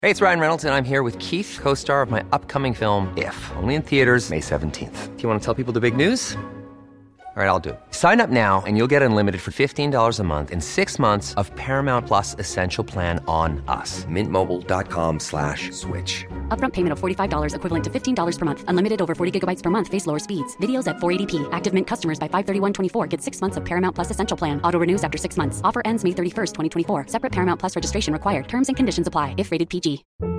Hey, it's Ryan Reynolds, and I'm here with Keith, co-star of my upcoming film, If, only in theaters May 17th. Do you want to tell people the big news? All right, I'll do it. Sign up now and you'll get unlimited for $15 a month and 6 months of Paramount Plus Essential Plan on us. MintMobile.com/switch. Upfront payment of $45 equivalent to $15 per month. Unlimited over 40 gigabytes per month. Face lower speeds. Videos at 480p. Active Mint customers by 531.24 get 6 months of Paramount Plus Essential Plan. Auto renews after 6 months. Offer ends May 31st, 2024. Separate Paramount Plus registration required. Terms and conditions apply if rated PG.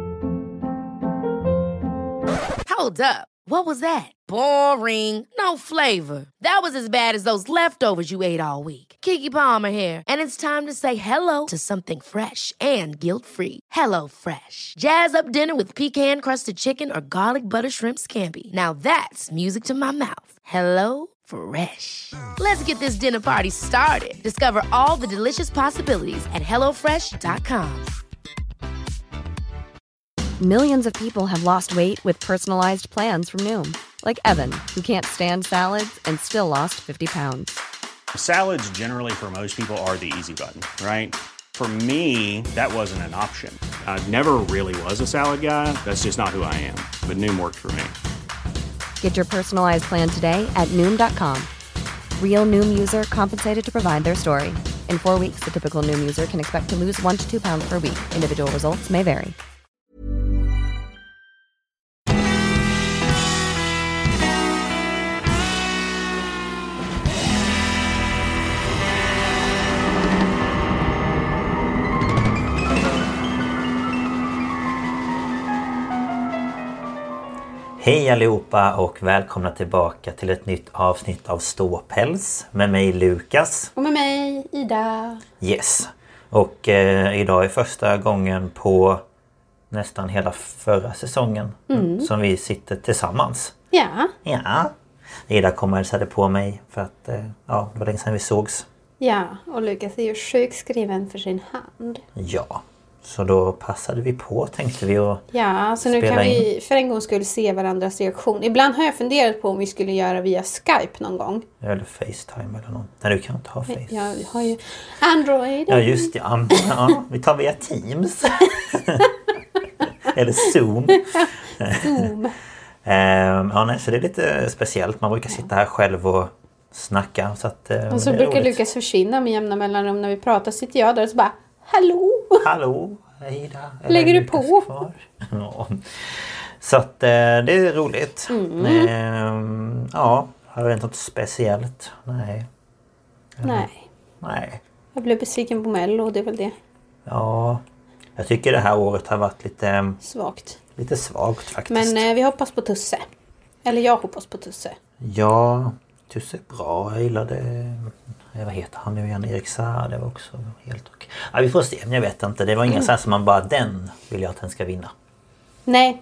Hold up. What was that? Boring. No flavor. That was as bad as those leftovers you ate all week. Keke Palmer here, and it's time to say hello to something fresh and guilt-free. Hello Fresh. Jazz up dinner with pecan-crusted chicken or garlic butter shrimp scampi. Now that's music to my mouth. Hello Fresh. Let's get this dinner party started. Discover all the delicious possibilities at hellofresh.com. Millions of people have lost weight with personalized plans from Noom. Like Evan, who can't stand salads and still lost 50 pounds. Salads generally for most people are the easy button, right? For me, that wasn't an option. I never really was a salad guy. That's just not who I am. But Noom worked for me. Get your personalized plan today at Noom.com. Real Noom user compensated to provide their story. In 4 weeks, the typical Noom user can expect to lose 1 to 2 pounds per week. Individual results may vary. Hej allihopa och välkomna tillbaka till ett nytt avsnitt av Ståpäls med mig Lukas. Och med mig Ida. Yes. Och idag är första gången på nästan hela förra säsongen som vi sitter tillsammans. Ja. Ja. Ida kom och hälsade på mig för att det var länge sedan vi sågs. Ja, och Lukas är ju sjukskriven för sin hand. Ja. Så då passade vi på, tänkte vi, att ja, så nu kan vi för en gång skulle se varandras reaktion. Ibland har jag funderat på om vi skulle göra via Skype någon gång. Eller FaceTime eller något. Nej, du kan inte ha Face. Jag har ju Android. Ja, just det. Ja, vi tar via Teams. Eller Zoom. Zoom. Så det är lite speciellt. Man brukar sitta här själv och snacka. Så att, och så brukar Lukas försvinna med jämna mellanrum när vi pratar. Sitter jag där och så bara, hallå! Hallå, Ida. Lägger du på? Ja. Så att det är roligt. Har det hänt något speciellt? Nej. Nej. Jag blev besviken på Mello, det är väl det. Ja, jag tycker det här året har varit lite svagt. Lite svagt faktiskt. Men vi hoppas på Tusse. Eller jag hoppas på Tusse. Ja, Tusse är bra. Jag gillade... Vad heter han nu igen? Erik Saar, det var också helt okej. Ja, vi får se, men jag vet inte. Det var inga så här som man bara, den vill jag att den ska vinna. Nej.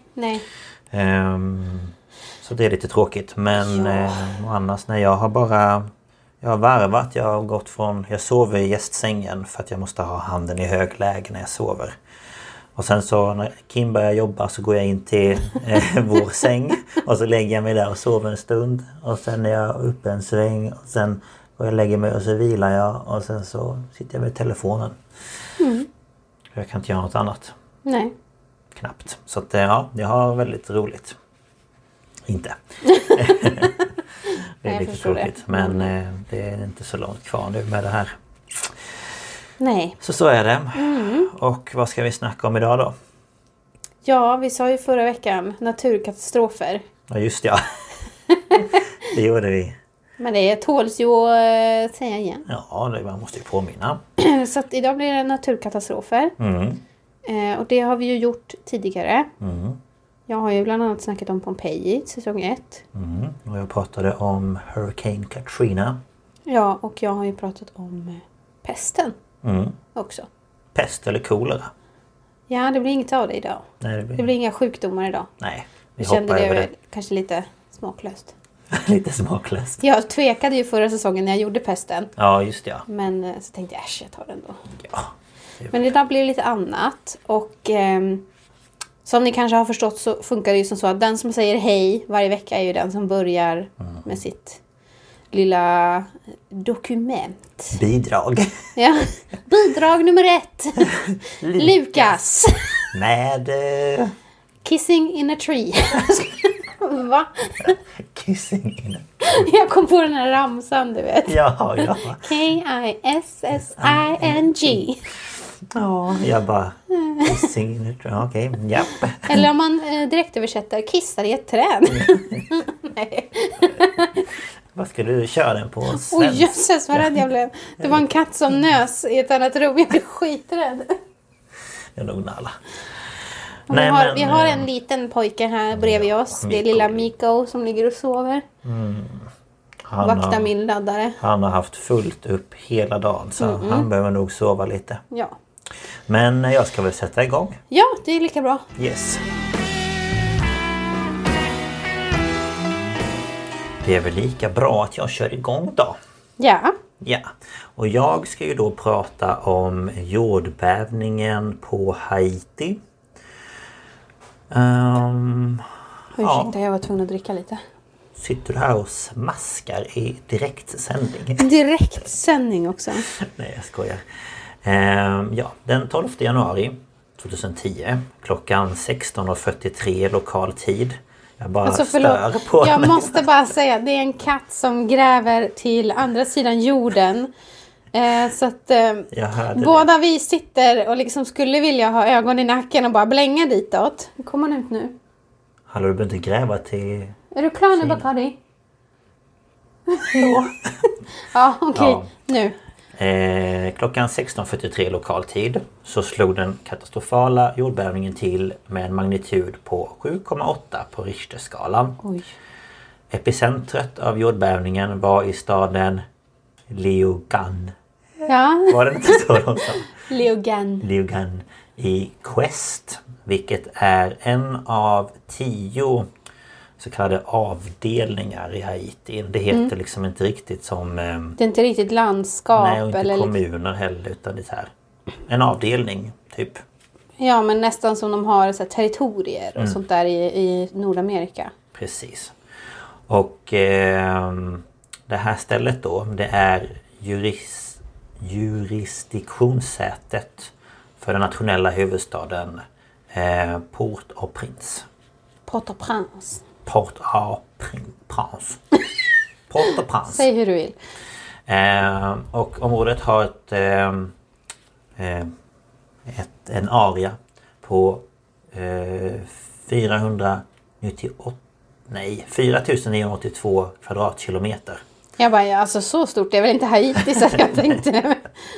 Så det är lite tråkigt. Men annars, nej, jag har varvat. Jag har gått från, jag sover i gästsängen för att jag måste ha handen i högläge när jag sover. Och sen så när Kim börjar jobba så går jag in till vår säng. Och så lägger jag mig där och sover en stund. Och sen är jag uppe en sväng. Och sen och jag lägger mig och så vilar jag. Och sen så sitter jag med telefonen. Jag kan inte göra något annat. Nej. Knappt. Så att jag har väldigt roligt. Inte. Det är lite tråkigt. Men det är inte så långt kvar nu med det här. Nej. Så är det. Och vad ska vi snacka om idag då? Ja, vi sa ju förra veckan naturkatastrofer. Ja, just ja. Det gjorde vi. Men det tåls ju att säga igen. Ja, man måste ju påminna. Så att idag blir det naturkatastrofer. Och det har vi ju gjort tidigare. Jag har ju bland annat snackat om Pompeji, säsong 1. Och jag pratade om Hurricane Katrina. Ja, och jag har ju pratat om pesten också. Pest eller kolera? Ja, det blir inget av det idag. Nej, det blir inga sjukdomar idag. Nej, vi hoppar över det. Kanske lite smaklöst. Lite smaklöst. Jag tvekade ju förra säsongen när jag gjorde pesten. Ja, just det. Ja. Men så tänkte jag tar den då. Ja. Men idag blir det lite annat. Och som ni kanske har förstått så funkar det ju som så att den som säger hej varje vecka är ju den som börjar med sitt lilla dokument. Bidrag. Ja, bidrag nummer 1. Lukas. Med... Kissing in a tree. Va? Kissing in a... Jag kom på den här ramsan, du vet. Ja. K-I-S-S-I-N-G. Ja, jag bara... Kissing in a tree. Okej, japp. Eller om man direkt översätter, kissar i ett träd. Nej. Vad ska du köra den på? Oj, jösses vad rädd jag blev. Det var en katt som nös i ett annat rum. Jag blev skiträdd. Jag nog nalla. Vi har en liten pojke här bredvid oss. Det är lilla Miko som ligger och sover. Vaktar min laddare. Han har haft fullt upp hela dagen. Så han behöver nog sova lite. Ja. Men jag ska väl sätta igång. Ja, det är lika bra. Yes. Det är väl lika bra att jag kör igång då. Ja. Ja. Och jag ska ju då prata om jordbävningen på Haiti. Ursäkta, jag var tvungen att dricka lite. Sitter du här och smaskar i direktsändning? Direktsändning också. Nej, jag skojar. Den 12 januari 2010 klockan 16:43 lokal tid. Jag bara stör på jag mig. måste bara säga, det är en katt som gräver till andra sidan jorden. Så att båda vi sitter och liksom skulle vilja ha ögon i nacken och bara blänga ditåt. Hur kommer han ut nu? Hallå, du behöver inte gräva till... Är du klar nu, Bacardi? Ja, okej. Ja. Nu. Klockan 16:43 lokal tid så slog den katastrofala jordbävningen till med en magnitud på 7,8 på Richterskalan. Oj. Epicentret av jordbävningen var i staden Léogâne. Ja. Var det inte så de sa? Léogâne i Quest, vilket är en av 10 så kallade avdelningar i Haiti. Det heter liksom inte riktigt som... Det är inte riktigt landskap. Nej, och inte eller kommuner heller, utan det är så här en avdelning typ. Ja, men nästan som de har så här, territorier och sånt där i Nordamerika. Precis. Och det här stället då, det är jurisdiktionssätet för den nationella huvudstaden Port-au-Prince. Port-au-Prince. Port-au-Prince. Säg hur du vill. Och området har en area på 4982 kvadratkilometer. Jag bara, alltså så stort, det är väl inte Haiti så jag tänkte.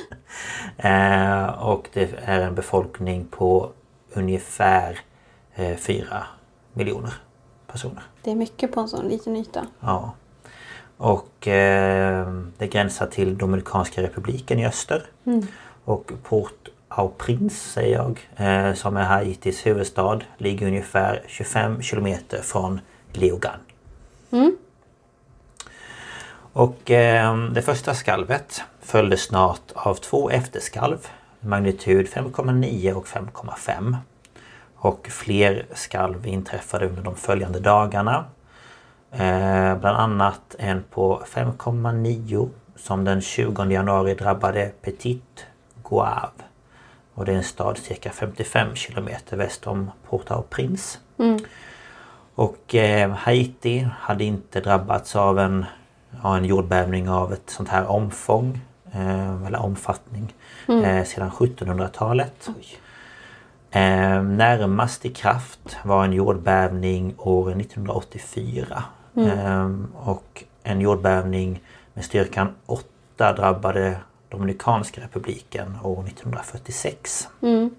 Och det är en befolkning på ungefär 4 miljoner personer. Det är mycket på en sån liten yta. Ja. Och det gränsar till Dominikanska republiken i öster. Och Port-au-Prince säger jag, som är Haitis huvudstad, ligger ungefär 25 kilometer från Léogâne. Och det första skalvet följdes snart av 2 efterskalv, magnitud 5,9 och 5,5. Och fler skalv inträffade under de följande dagarna. Bland annat en på 5,9 som den 20 januari drabbade Petit Goâve. Och det är en stad cirka 55 kilometer väst om Port-au-Prince. Och Haiti hade inte drabbats av en jordbävning av ett sånt här omfång eller omfattning sedan 1700-talet. Närmast i kraft var en jordbävning år 1984 och en jordbävning med styrkan 8 drabbade Dominikanska republiken år 1946.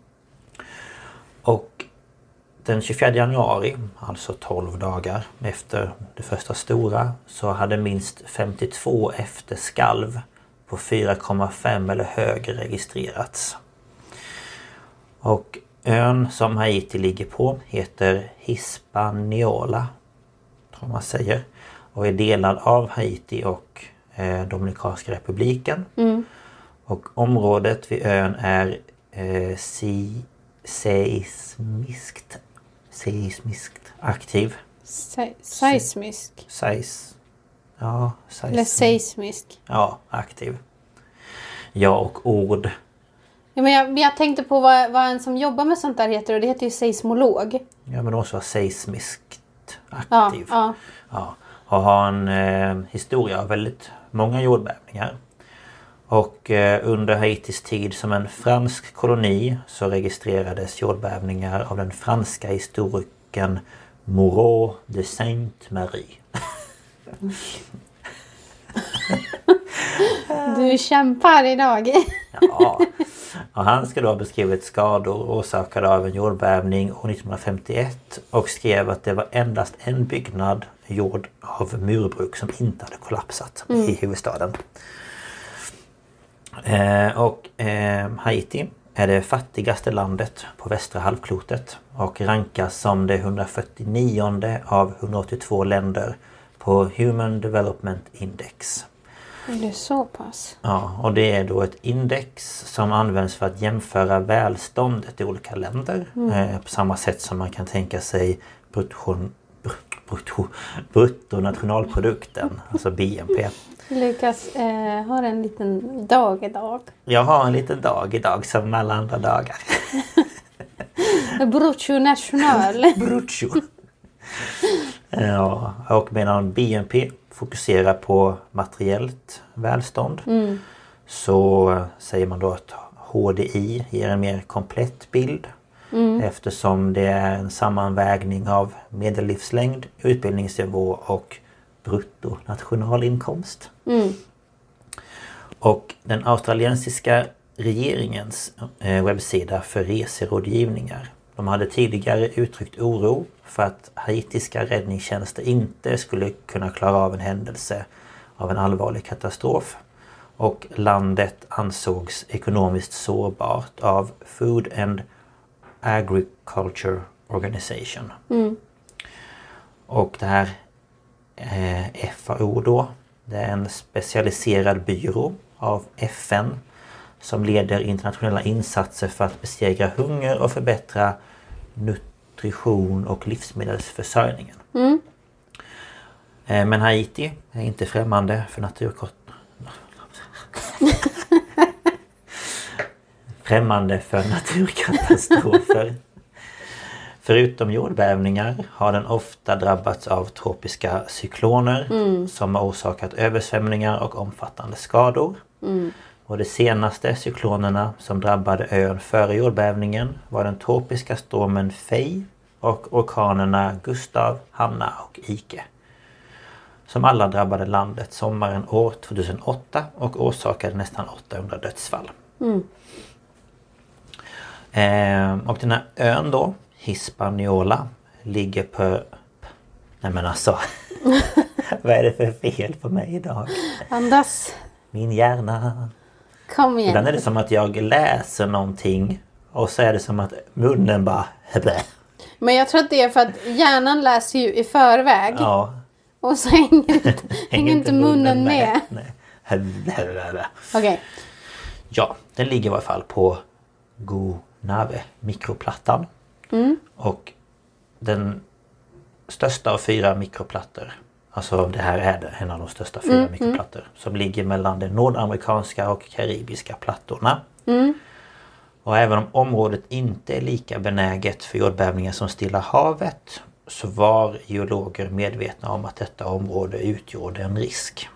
Och den 24 januari, alltså 12 dagar efter det första stora, så hade minst 52 efterskalv på 4,5 eller högre registrerats. Och ön som Haiti ligger på heter Hispaniola, tror man säger, och är delad av Haiti och Dominikanska republiken. Och området vid ön är seismiskt aktiv. Seismisk. Eller seismisk. Ja, aktiv. Ja, och ord. Ja, men jag tänkte på vad en som jobbar med sånt där heter, och det heter ju seismolog. Ja, men också seismiskt aktiv. Ja. Och har en historia av väldigt många jordbävningar. Och under Haitis tid som en fransk koloni så registrerades jordbävningar av den franska historikern Moreau de Sainte-Marie. Du kämpar idag. Ja, och han ska då ha beskrivit skador orsakade av en jordbävning år 1951 och skrev att det var endast en byggnad gjord av murbruk som inte hade kollapsat i huvudstaden. Haiti är det fattigaste landet på västra halvklotet och rankas som det 149 av 182 länder på Human Development Index. Det är så pass. Ja, och det är då ett index som används för att jämföra välståndet i olika länder. På samma sätt som man kan tänka sig bruttonationalprodukten, alltså BNP. Lukas har en liten dag idag. Jag har en liten dag idag som alla andra dagar. Brutto national. Brutto. Ja, och medan BNP fokuserar på materiellt välstånd så säger man då att HDI ger en mer komplett bild eftersom det är en sammanvägning av medellivslängd, utbildningsnivå och bruttonationalinkomst. Och den australiensiska regeringens webbsida för reserådgivningar, de hade tidigare uttryckt oro för att haitiska räddningstjänster inte skulle kunna klara av en händelse av en allvarlig katastrof. Och landet ansågs ekonomiskt sårbart av Food and Agriculture Organization. Och det här FAO då, det är en specialiserad byrå av FN som leder internationella insatser för att besegra hunger och förbättra nutrition och livsmedelsförsörjningen. Men Haiti är inte främmande för naturkatastrofer. Förutom jordbävningar har den ofta drabbats av tropiska cykloner som har orsakat översvämningar och omfattande skador. Och de senaste cyklonerna som drabbade ön före jordbävningen var den tropiska stormen Faye och orkanerna Gustav, Hanna och Ike. Som alla drabbade landet sommaren år 2008 och orsakade nästan 800 dödsfall. Och den här ön då, Hispaniola, ligger på... Nej men alltså, vad är det för fel på mig idag? Andas. Min hjärna. Kom igen. Ibland är det som att jag läser någonting och så är det som att munnen bara... Men jag tror att det är för att hjärnan läser ju i förväg. Ja. Och så hänger inte munnen med. Okej. Ja, den ligger i alla fall på Gonave mikroplattan. Och den största av 4 mikroplattor, alltså det här är en av de största 4 mikroplattor som ligger mellan de nordamerikanska och karibiska plattorna. Och även om området inte är lika benäget för jordbävningar som Stilla havet så var geologer medvetna om att detta område utgjorde en risk.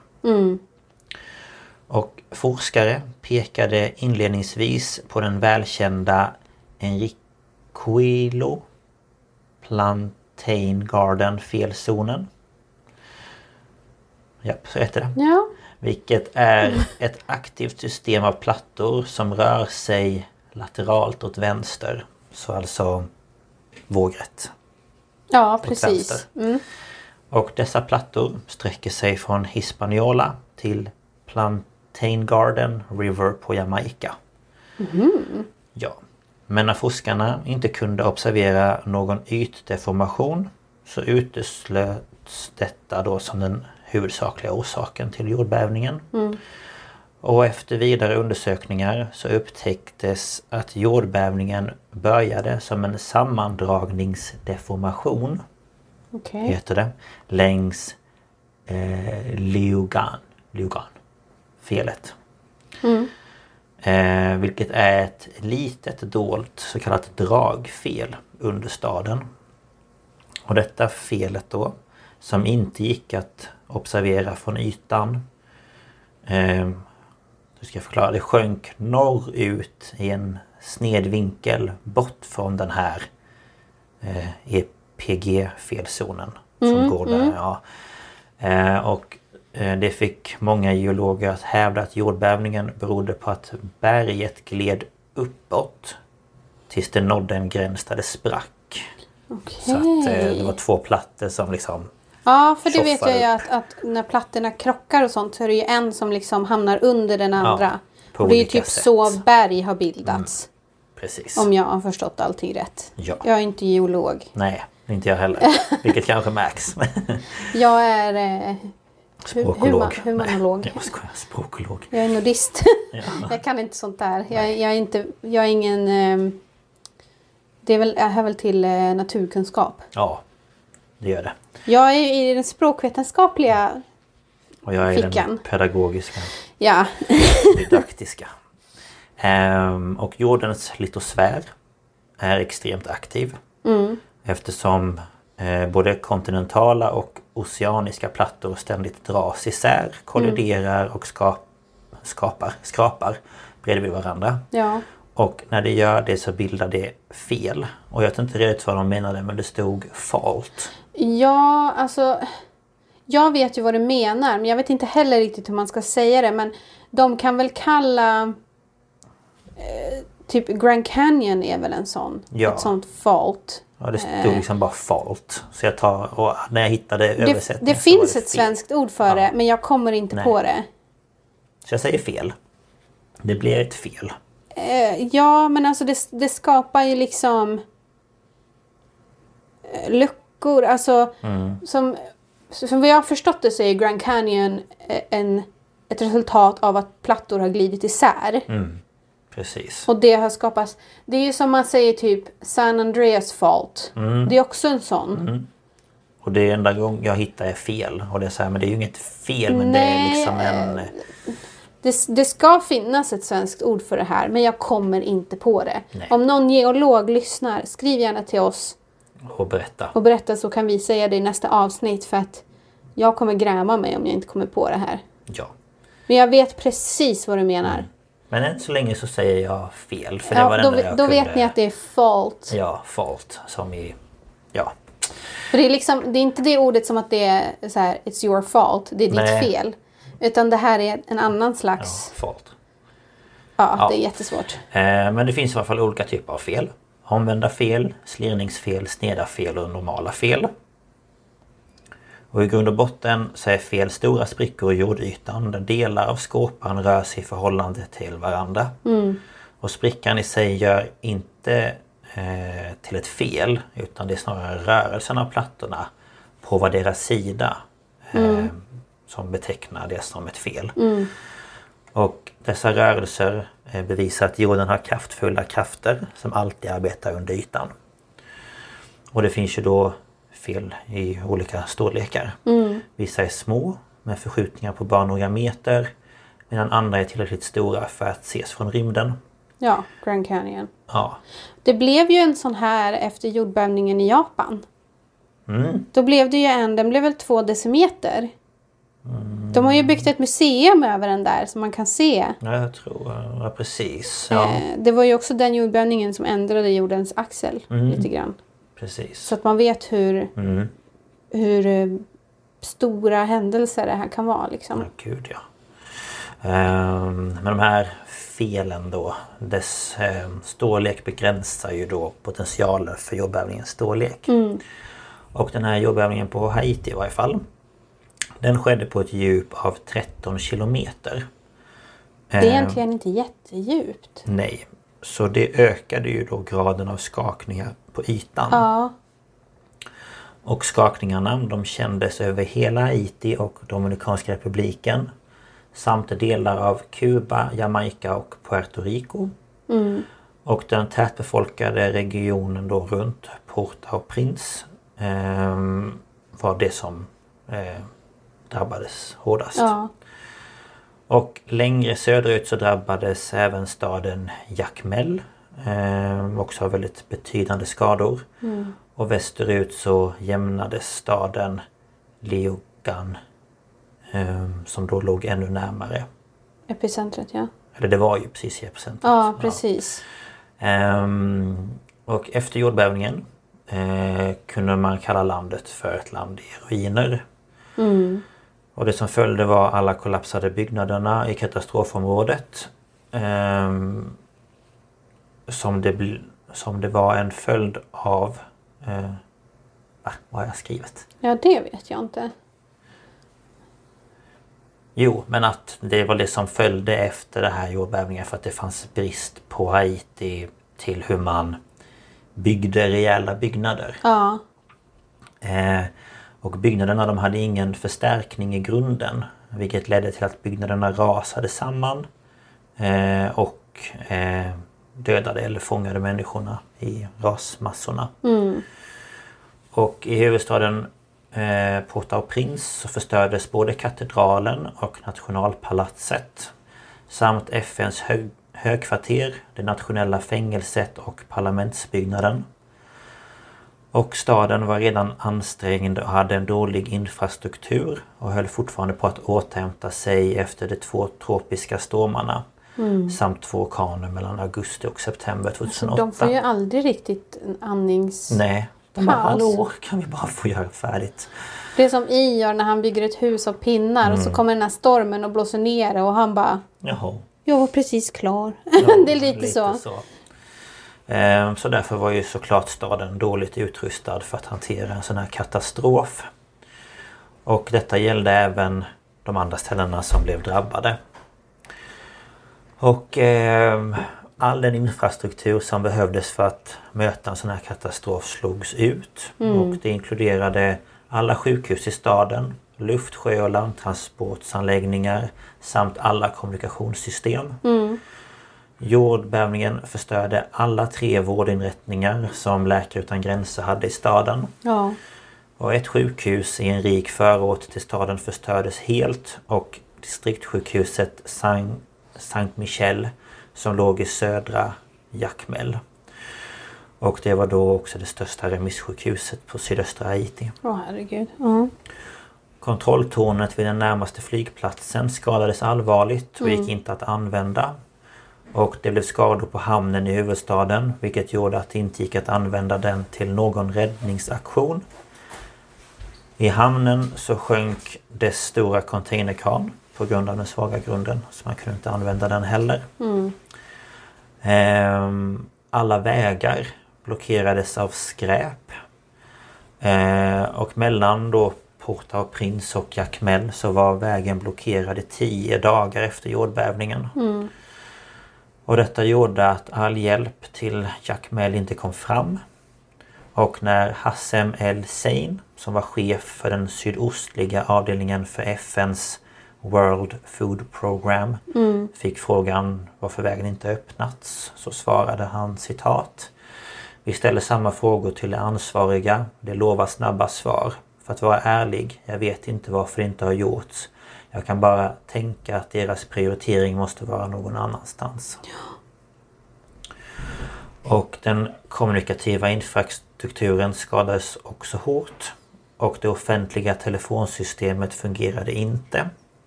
Och forskare pekade inledningsvis på den välkända Enriquillo Plantain Garden felzonen. Ja, så heter det. Ja. Vilket är ett aktivt system av plattor som rör sig lateralt åt vänster. Så alltså vågrätt. Ja, precis. Och dessa plattor sträcker sig från Hispaniola till Plantain Garden River på Jamaica. Ja. Men när forskarna inte kunde observera någon ytdeformation så uteslöts detta då som den huvudsakliga orsaken till jordbävningen. Och efter vidare undersökningar så upptäcktes att jordbävningen började som en sammandragningsdeformation. Heter det. Längs Liugan. Felet. Vilket är ett litet dolt så kallat dragfel under staden. Och detta felet då, som inte gick att observera från ytan. Nu ska jag förklara. Det sjönk norrut i en snedvinkel bort från den här EPG-felzonen som går där. Ja. Och det fick många geologer att hävda att jordbävningen berodde på att berget gled uppåt tills det nådde en gräns där det sprack. Okay. Så att det var 2 plattor som liksom... Ja, för det vet jag ju att när plattorna krockar och sånt så är det ju en som liksom hamnar under den andra. Ja, och det är ju typ sätt. så berg har bildats. Precis. Om jag har förstått allting rätt. Ja. Jag är inte geolog. Nej, inte jag heller. Vilket kanske märks. Jag är Språkolog. humanolog. Nej, jag skojar, språkolog. Jag är nudist. Ja. Jag kan inte sånt där. Jag är ingen... det hör väl till naturkunskap. Ja, det gör det. Jag är i den språkvetenskapliga och jag är fickan. Den pedagogiska. Ja. Didaktiska. Och jordens litosfär är extremt aktiv. Eftersom både kontinentala och oceaniska plattor ständigt dras isär, kolliderar och skrapar bredvid varandra. Ja. Och när det gör det så bildar det fel. Och jag vet inte riktigt vad de menade, men det stod fault. Ja, alltså... Jag vet ju vad du menar, men jag vet inte heller riktigt hur man ska säga det. Men de kan väl kalla... typ Grand Canyon är väl en sån. Ja. Ett sånt fault. Ja, det stod liksom bara fault. Så jag tar... Och när jag hittade översättningen det finns ett svenskt ord för det, men jag kommer inte på det. Så jag säger fel. Det blir ett fel. Ja, men alltså det skapar ju liksom luckor. Alltså, som vad jag har förstått det så är Grand Canyon ett resultat av att plattor har glidit isär. Precis. Och det har skapats... Det är ju som man säger typ San Andreas fault. Det är också en sån. Och det enda gång jag hittar är fel. Och det är så här, men det är ju inget fel, men det är liksom en... Det ska finnas ett svenskt ord för det här, men jag kommer inte på det. Nej. Om någon geolog lyssnar, skriv gärna till oss. Och berätta. Så kan vi säga det i nästa avsnitt, för att jag kommer gräma mig om jag inte kommer på det här. Ja. Men jag vet precis vad du menar. Men än så länge så säger jag fel. För Ja, det var det enda jag då kunde... vet ni att det är fault. Ja, fault. Som i... Ja. För det är liksom, det är inte det ordet som att det är så här, it's your fault, det är ditt fel. Utan det här är en annan slags... Ja, fault. Ja, det är jättesvårt. Men det finns i alla fall olika typer av fel. Omvända fel, slirningsfel, sneda fel och normala fel. Och i grund och botten så är fel stora sprickor i jordytan där delar av skåpan rör sig i förhållande till varandra. Och sprickan i sig gör inte till ett fel, utan det är snarare rörelsen av plattorna på vardera sida som betecknar det som ett fel. Och dessa rörelser bevisar att jorden har kraftfulla krafter som alltid arbetar under ytan. Och det finns ju då fel i olika storlekar. Vissa är små med förskjutningar på bara några meter, medan andra är tillräckligt stora för att ses från rymden. Ja, Grand Canyon. Ja. Det blev ju en sån här efter jordbävningen i Japan. Då blev det ju den blev väl 2 decimeter. De har ju byggt ett museum över den där som man kan se. Ja, jag tror, ja precis. Ja. Det var ju också den jordbävningen som ändrade jordens axel lite grann. Precis. Så att man vet hur stora händelser det här kan vara liksom. Ja, gud ja. Men de här felen då, dess storlek begränsar ju då potentialen för jordbävningens storlek. Och den här jordbävningen på Haiti i varje fall, den skedde på ett djup av 13 kilometer. Det är egentligen inte jättedjupt. Nej, så det ökade ju då graden av skakningar på ytan. Ja. Och skakningarna, de kändes över hela Haiti och Dominikanska republiken. Samt delar av Kuba, Jamaica och Puerto Rico. Och den tätbefolkade regionen då runt Port-au-Prince var det som drabbades hårdast. Ja. Och längre söderut så drabbades även staden Jacmel. Också av väldigt betydande skador. Och västerut så jämnades staden Leogan. Som då låg ännu närmare. Epicentret, ja. Eller det var ju precis i epicentret. Ja, precis. Och efter jordbävningen kunde man kalla landet för ett land i ruiner. Och det som följde var alla kollapsade byggnaderna i katastrofområdet. Som det var en följd av... vad har jag skrivit? Ja, det vet jag inte. Jo, men att det var det som följde efter det här jordbävningen för att det fanns brist på Haiti till hur man byggde rejäla byggnader. Ja. Och byggnaderna de hade ingen förstärkning i grunden. Vilket ledde till att byggnaderna rasade samman. Och dödade eller fångade människorna i rasmassorna. Och i huvudstaden Port-au-Prince så förstördes både katedralen och nationalpalatset. Samt FNs högkvarter, det nationella fängelset och parlamentsbyggnaden. Och staden var redan ansträngd och hade en dålig infrastruktur och höll fortfarande på att återhämta sig efter de 2 tropiska stormarna. Samt 2 orkaner mellan augusti och september 2008. Alltså, de får ju aldrig riktigt en andnings... Nej, de bara, hallå, kan vi bara få göra färdigt? Det är som gör när han bygger ett hus av pinnar och så kommer den här stormen och blåser ner det och han bara... Jaha. Jag var precis klar. Ja, det är lite så. Så därför var ju såklart staden dåligt utrustad för att hantera en sån här katastrof. Och detta gällde även de andra ställena som blev drabbade. Och all den infrastruktur som behövdes för att möta en sån här katastrof slogs ut. Och det inkluderade alla sjukhus i staden, luft-, sjö- och landtransportsanläggningar samt alla kommunikationssystem. Jordbävningen förstörde alla 3 vårdinrättningar som Läkare utan gränser hade i staden. Ja. Och ett sjukhus i en rik förort till staden förstördes helt och distriktsjukhuset Saint Michel som låg i södra Jacmel. Och det var då också det största remissjukhuset på sydöstra Haiti. Herregud. Kontrolltornet vid den närmaste flygplatsen skadades allvarligt och gick inte att använda. Och det blev skador på hamnen i huvudstaden vilket gjorde att det inte gick att använda den till någon räddningsaktion. I hamnen så sjönk dess stora containerkran på grund av den svaga grunden så man kunde inte använda den heller. Alla vägar blockerades av skräp. Och mellan då Port-au-Prince och Jacmel så var vägen blockerad i 10 dagar efter jordbävningen. Och detta gjorde att all hjälp till Jacmel inte kom fram. Och när Hassem El-Sein som var chef för den sydostliga avdelningen för FNs World Food Program fick frågan varför vägen inte öppnats så svarade han citat: "Vi ställer samma frågor till de ansvariga, det lovar snabba svar. För att vara ärlig, jag vet inte varför det inte har gjorts. Jag kan bara tänka att deras prioritering måste vara någon annanstans." Och den kommunikativa infrastrukturen skadades också hårt. Och det offentliga telefonsystemet fungerade inte.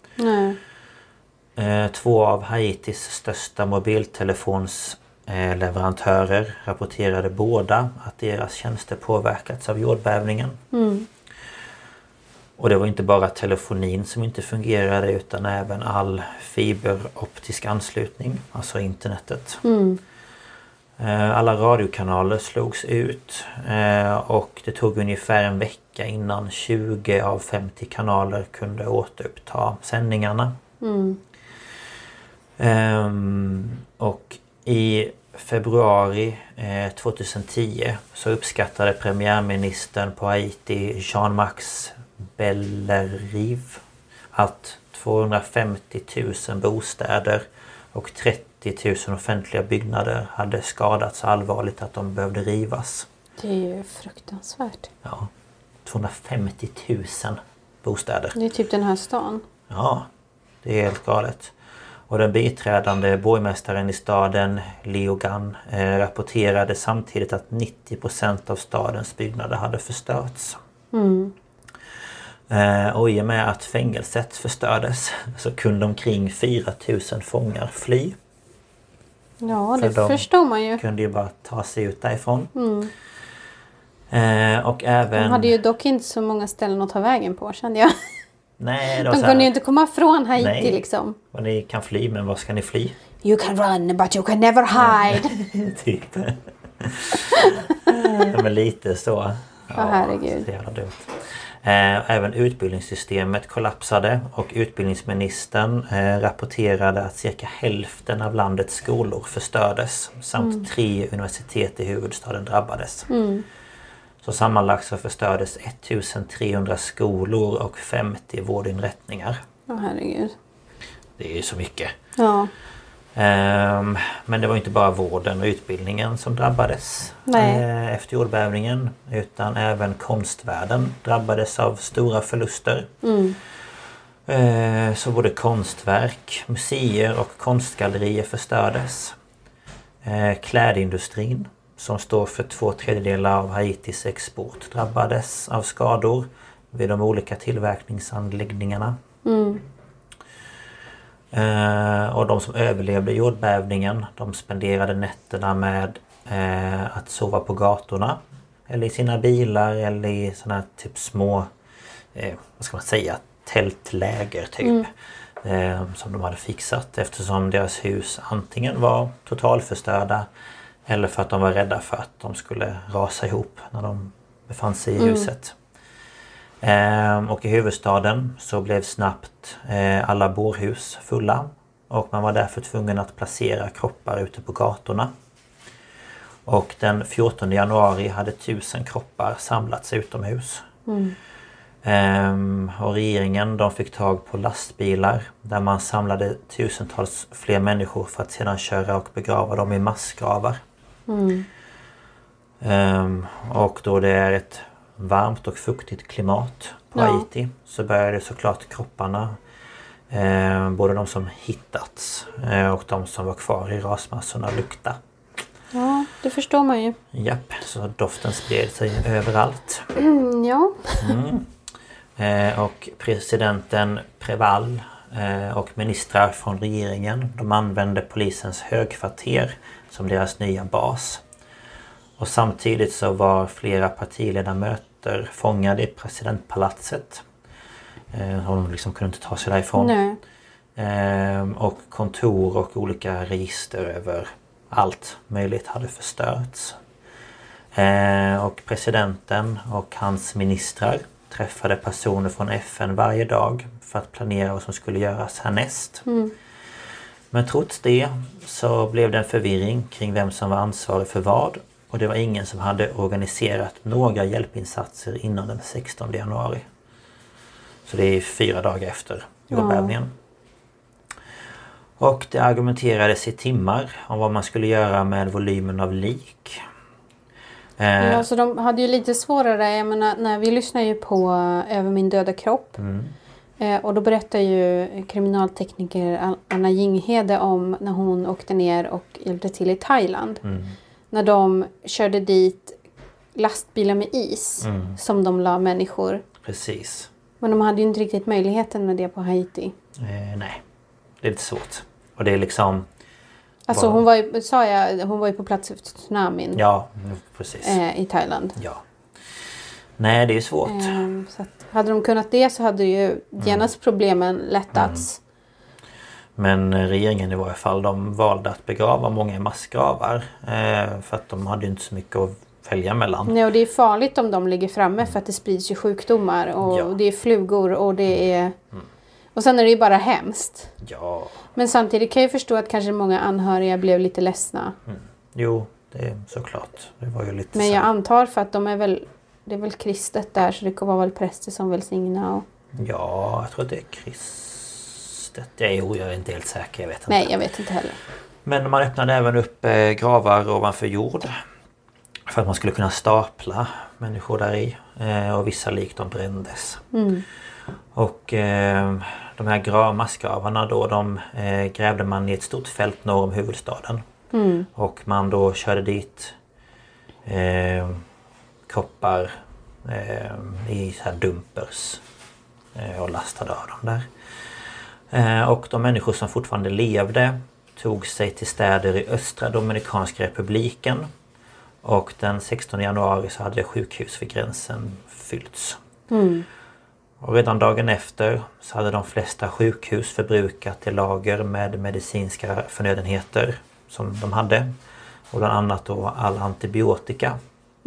2 av Haitis största mobiltelefonsleverantörer rapporterade båda att deras tjänster påverkats av jordbävningen. Och det var inte bara telefonin som inte fungerade utan även all fiberoptisk anslutning, alltså internetet. Alla radiokanaler slogs ut och det tog ungefär en vecka innan 20 av 50 kanaler kunde återuppta sändningarna. Och i februari 2010 så uppskattade premiärministern på Haiti Jean-Max Bellerive att 250 000 bostäder och 30 000 offentliga byggnader hade skadats allvarligt att de behövde rivas. Det är ju fruktansvärt. Ja, 250 000 bostäder. Det är typ den här stan. Ja, Det är helt galet. Och den biträdande borgmästaren i staden, Leogan, rapporterade samtidigt att 90% av stadens byggnader hade förstörts. Och i och med att fängelset förstördes så kunde omkring 4000 fångar fly. Ja, det förstår man ju. De kunde ju bara ta sig ut därifrån. Och även... De hade ju dock inte så många ställen att ta vägen på, kände jag. Nej, de kunde ju inte komma från Haiti. Nej, liksom. Och ni kan fly, men var ska ni fly? You can run, but you can never hide. Typ. Men lite så. Ja, herregud. Det är jävla dumt. Även utbildningssystemet kollapsade och utbildningsministern rapporterade att cirka hälften av landets skolor förstördes samt 3 universitet i huvudstaden drabbades. Så sammanlagt så förstördes 1300 skolor och 50 vårdinrättningar. Ja, herregud. Det är ju så mycket. Ja. Men det var inte bara vården och utbildningen som drabbades efter jordbävningen, utan även konstvärlden drabbades av stora förluster. Så både konstverk, museer och konstgallerier förstördes. Klädindustrin, som står för 2/3 av Haitis export, drabbades av skador vid de olika tillverkningsanläggningarna. Och de som överlevde jordbävningen, de spenderade nätterna med att sova på gatorna eller i sina bilar eller i såna här typ små, vad ska man säga, tältläger typ, som de hade fixat, eftersom deras hus antingen var totalförstörda eller för att de var rädda för att de skulle rasa ihop när de befann sig i huset. Och i huvudstaden så blev snabbt alla bårhus fulla och man var därför tvungen att placera kroppar ute på gatorna. Och den 14 januari hade 1000 kroppar samlats utomhus. Och regeringen, de fick tag på lastbilar där man samlade tusentals fler människor för att sedan köra och begrava dem i massgravar. Och då det är ett varmt och fuktigt klimat på Haiti så började såklart kropparna, både de som hittats och de som var kvar i rasmassorna, lukta. Ja, det förstår man ju. Japp, så doften spred sig överallt. Ja. Och presidenten Preval och ministrar från regeringen, de använde polisens högkvarter som deras nya bas. Och samtidigt så var flera partiledamöter fångade i presidentpalatset. De liksom kunde inte ta sig därifrån. Och kontor och olika register över allt möjligt hade förstörts. Och presidenten och hans ministrar träffade personer från FN varje dag för att planera vad som skulle göras härnäst. Men trots det så blev det en förvirring kring vem som var ansvarig för vad. Och det var ingen som hade organiserat några hjälpinsatser innan den 16 januari. Så det är 4 dagar efter jordbävningen. Och det argumenterades i timmar om vad man skulle göra med volymen av lik. Ja, så de hade ju lite svårare. Jag menar, när vi lyssnar ju på Över min döda kropp. Och då berättar ju kriminaltekniker Anna Jinghede om när hon åkte ner och hjälpte till i Thailand. När de körde dit lastbilar med is som de la människor. Precis. Men de hade ju inte riktigt möjligheten med det på Haiti. Nej, det är lite svårt. Och det är liksom... Alltså hon var ju på plats efter tsunamin. Ja, precis. I Thailand. Ja. Nej, det är svårt. Så att, hade de kunnat det så hade ju genast problemen lättats. Men regeringen i varje fall, de valde att begrava många i massgravar. För att de hade ju inte så mycket att välja mellan. Nej, och det är farligt om de ligger framme för att det sprids ju sjukdomar. Och det är flugor och det är... Och sen är det ju bara hemskt. Ja. Men samtidigt kan jag förstå att kanske många anhöriga blev lite ledsna. Jo, det är såklart. Det var ju lite. Men jag antar för att de är väl... Det är väl kristet där, så det var väl präster som välsigna och... Ja, jag tror att det är kristet. Jag är inte helt säker, jag vet inte. Nej, jag vet inte heller. Men man öppnade även upp gravar ovanför jord. För att man skulle kunna stapla människor där i. Och vissa lik de brändes. Och de här massgravarna då, de grävde man i ett stort fält norr om huvudstaden. Och man då körde dit kroppar i så här dumpers och lastade av dem där. Och de människor som fortfarande levde tog sig till städer i östra Dominikanska republiken. Och den 16 januari så hade sjukhus vid gränsen fyllts. Och redan dagen efter så hade de flesta sjukhus förbrukat till lager med medicinska förnödenheter som de hade. Och bland annat då all antibiotika.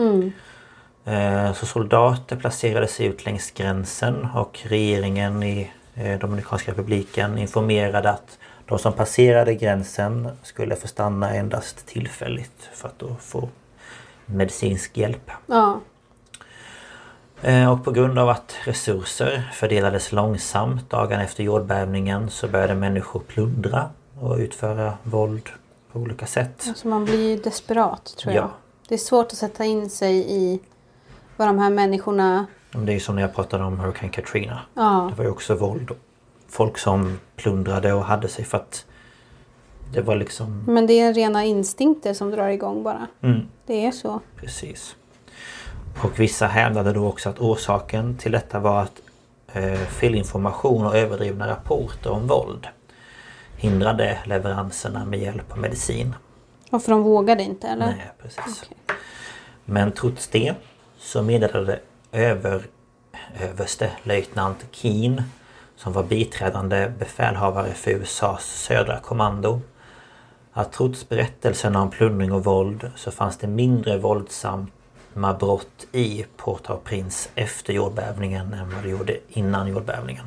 Så soldater placerades ut längs gränsen och regeringen i Dominikanska republiken informerade att de som passerade gränsen skulle få stanna endast tillfälligt för att då få medicinsk hjälp. Ja. Och på grund av att resurser fördelades långsamt dagen efter jordbävningen så började människor plundra och utföra våld på olika sätt. Alltså man blir desperat tror jag. Ja. Det är svårt att sätta in sig i vad de här människorna... Det är ju som när jag pratade om Hurricane Katrina. Ja. Det var ju också våld. Folk som plundrade och hade sig för att det var liksom... Men det är rena instinkter som drar igång bara. Det är så. Precis. Och vissa hävdade då också att orsaken till detta var att felinformation och överdrivna rapporter om våld hindrade leveranserna med hjälp av medicin. Och för de vågade inte eller? Nej, precis. Okay. Men trots det så meddelade överste löjtnant Keane, som var biträdande befälhavare för USAs södra kommando, att trots berättelserna om plundring och våld så fanns det mindre våldsamma brott i Port-au-Prince efter jordbävningen än vad det gjorde innan jordbävningen.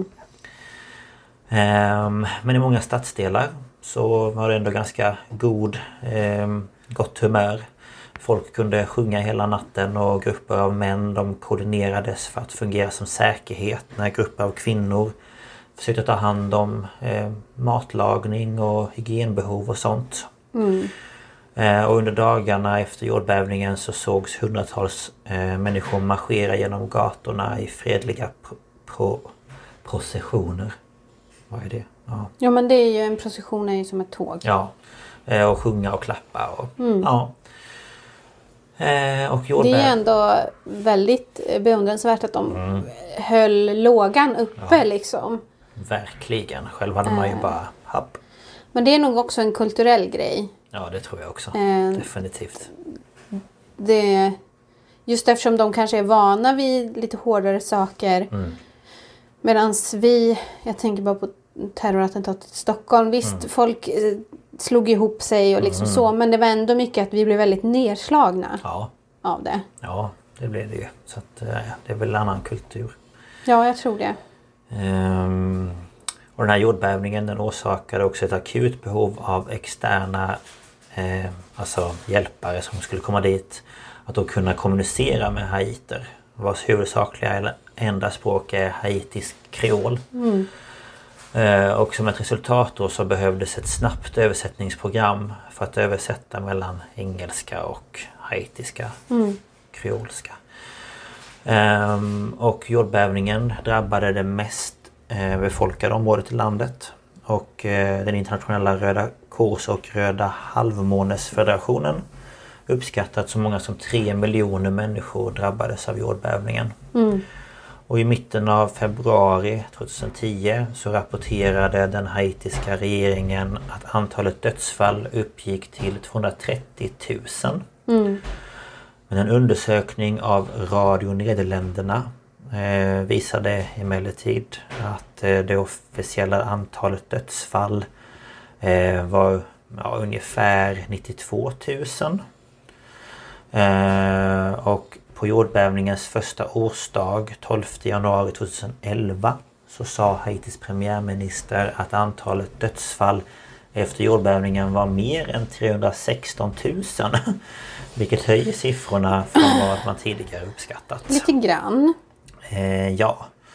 Men i många stadsdelar så var det ändå ganska gott humör. Folk kunde sjunga hela natten och grupper av män de koordinerades för att fungera som säkerhet när grupper av kvinnor försökte ta hand om matlagning och hygienbehov och sånt. Och under dagarna efter jordbävningen så sågs hundratals människor marschera genom gatorna i fredliga processioner. Vad är det? Ja men det är ju en procession är ju som ett tåg. Ja, och sjunga och klappa. Och, ja. Och det är ändå väldigt beundransvärt att de höll lågan uppe liksom. Verkligen. Själv hade man ju bara happ. Men det är nog också en kulturell grej. Ja, det tror jag också. Definitivt. Just eftersom de kanske är vana vid lite hårdare saker. Medan jag tänker bara på terrorattentatet i Stockholm. Visst, folk slog ihop sig och liksom så. Men det var ändå mycket att vi blev väldigt nedslagna av det. Ja, det blev det ju. Så att, det är väl en annan kultur. Ja, jag tror det. Och den här jordbävningen den orsakade också ett akut behov av externa alltså hjälpare som skulle komma dit. Att då kunna kommunicera med haiter. Vars huvudsakliga eller enda språk är haitisk kreol. Och som ett resultat då så behövdes ett snabbt översättningsprogram för att översätta mellan engelska och haitiska kreolska. Och jordbävningen drabbade det mest befolkade området i landet. Och den internationella Röda Kors och Röda halvmånesfederationen uppskattat så många som 3 miljoner människor drabbades av jordbävningen. Och i mitten av februari 2010 så rapporterade den haitiska regeringen att antalet dödsfall uppgick till 230 000. Men en undersökning av Radio Nederländerna visade emellertid att det officiella antalet dödsfall var ungefär 92 000. Och på jordbävningens första årsdag, 12 januari 2011, så sa Haitis premiärminister att antalet dödsfall efter jordbävningen var mer än 316 000. Vilket höjer siffrorna från vad man tidigare uppskattat. Lite grann. Ja.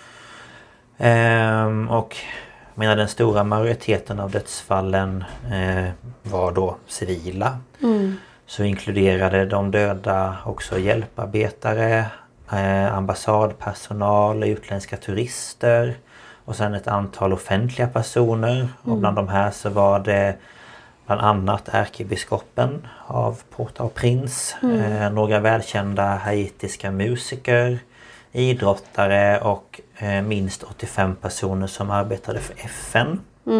Och den stora majoriteten av dödsfallen var då civila. så inkluderade de döda också hjälparbetare, ambassadpersonal, utländska turister och sen ett antal offentliga personer. Och bland de här så var det bland annat ärkebiskopen av Port-au-Prince, några välkända haitiska musiker, idrottare och minst 85 personer som arbetade för FN.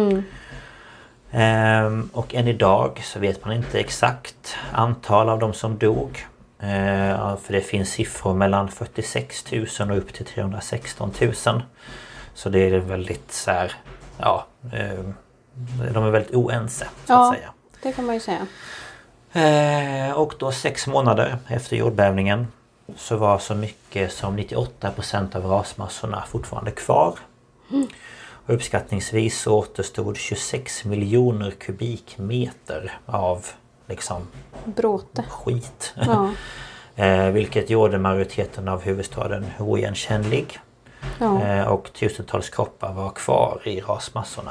Och än idag så vet man inte exakt antal av de som dog. För det finns siffror mellan 46 000 och upp till 316 000. Så det är väldigt så här, ja, de är väldigt oense så att säga. Det kan man ju säga. Och då 6 månader efter jordbävningen så var så mycket som 98% av rasmassorna fortfarande kvar. Och uppskattningsvis så återstod 26 miljoner kubikmeter av liksom bråte. Skit. Ja. Vilket gjorde majoriteten av huvudstaden oigenkännlig. Ja. Och tusentals kroppar var kvar i rasmassorna.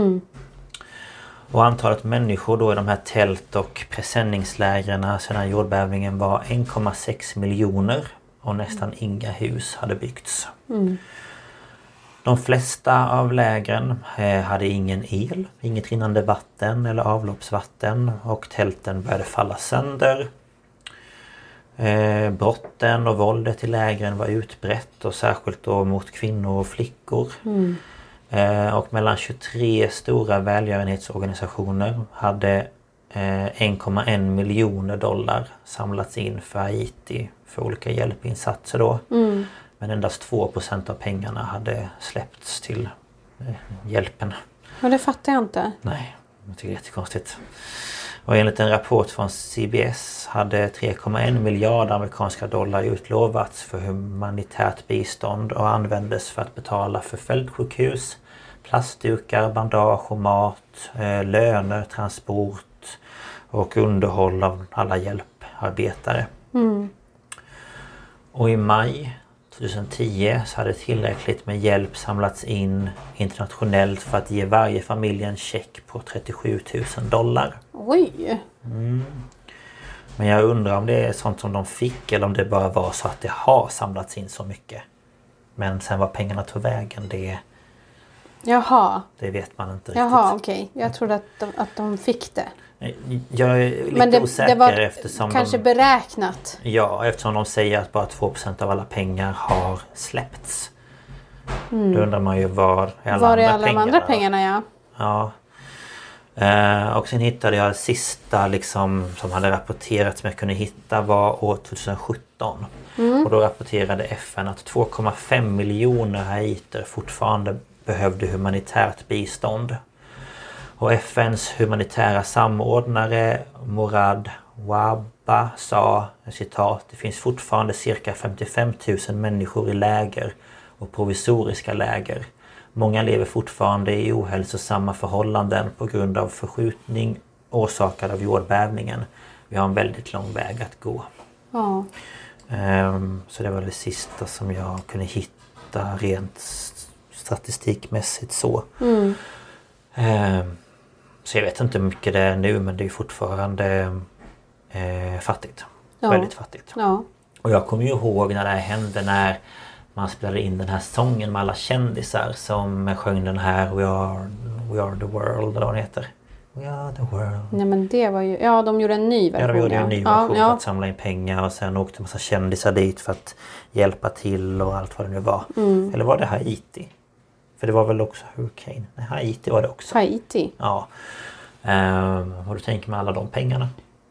Och antalet människor då i de här tält- och presenningslägren sedan jordbävningen var 1,6 miljoner och nästan inga hus hade byggts. De flesta av lägren hade ingen el, inget rinnande vatten eller avloppsvatten och tälten började falla sönder. Brotten och våldet i lägren var utbrett och särskilt då mot kvinnor och flickor. Och mellan 23 stora välgörenhetsorganisationer hade 1,1 miljoner dollar samlats in för Haiti för olika hjälpinsatser då. Men endast 2% av pengarna hade släppts till hjälpen. Men det fattar jag inte. Nej, jag tycker det är jättekonstigt. Och enligt en rapport från CBS hade 3,1 miljarder amerikanska dollar utlovats för humanitärt bistånd och användes för att betala för fältsjukhus, plastdukar, bandage och mat, löner, transport och underhåll av alla hjälparbetare. Och i maj 2010 så hade tillräckligt med hjälp samlats in internationellt för att ge varje familj en check på 37 000 dollar. Oj! Men jag undrar om det är sånt som de fick eller om det bara var så att det har samlats in så mycket. Men sen var pengarna tog vägen, det vet man inte riktigt. Jaha, okej. Jag trodde att de fick det. Jag är lite Men osäker det var eftersom kanske beräknat. Ja, eftersom de säger att bara 2% av alla pengar har släppts. Då undrar man ju var är alla andra pengarna, ja. Ja. Och sen hittade jag sista liksom, som hade rapporterats som jag kunde hitta var år 2017. Och då rapporterade FN att 2,5 miljoner haiter fortfarande behövde humanitärt bistånd. Och FNs humanitära samordnare Morad Waba sa, citat, det finns fortfarande cirka 55 000 människor i läger och provisoriska läger. Många lever fortfarande i ohälsosamma förhållanden på grund av förskjutning orsakad av jordbävningen. Vi har en väldigt lång väg att gå. Ja. Så det var det sista som jag kunde hitta rent statistikmässigt så. Så jag vet inte hur mycket det är nu, men det är fortfarande fattigt. Ja. Väldigt fattigt. Ja. Och jag kommer ju ihåg när det här hände, när man spelade in den här sången med alla kändisar som sjöng den här We are the world, eller vad den heter. We are the world. Nej, men det var ju... Ja, de gjorde en ny version. Ja, de gjorde en ny version för att samla in pengar och sen åkte en massa kändisar dit för att hjälpa till och allt vad det nu var. Eller var det Haiti? För det var väl också Hurricane? Nej, Haiti var det också. Haiti? Ja. Och du tänker med alla de pengarna.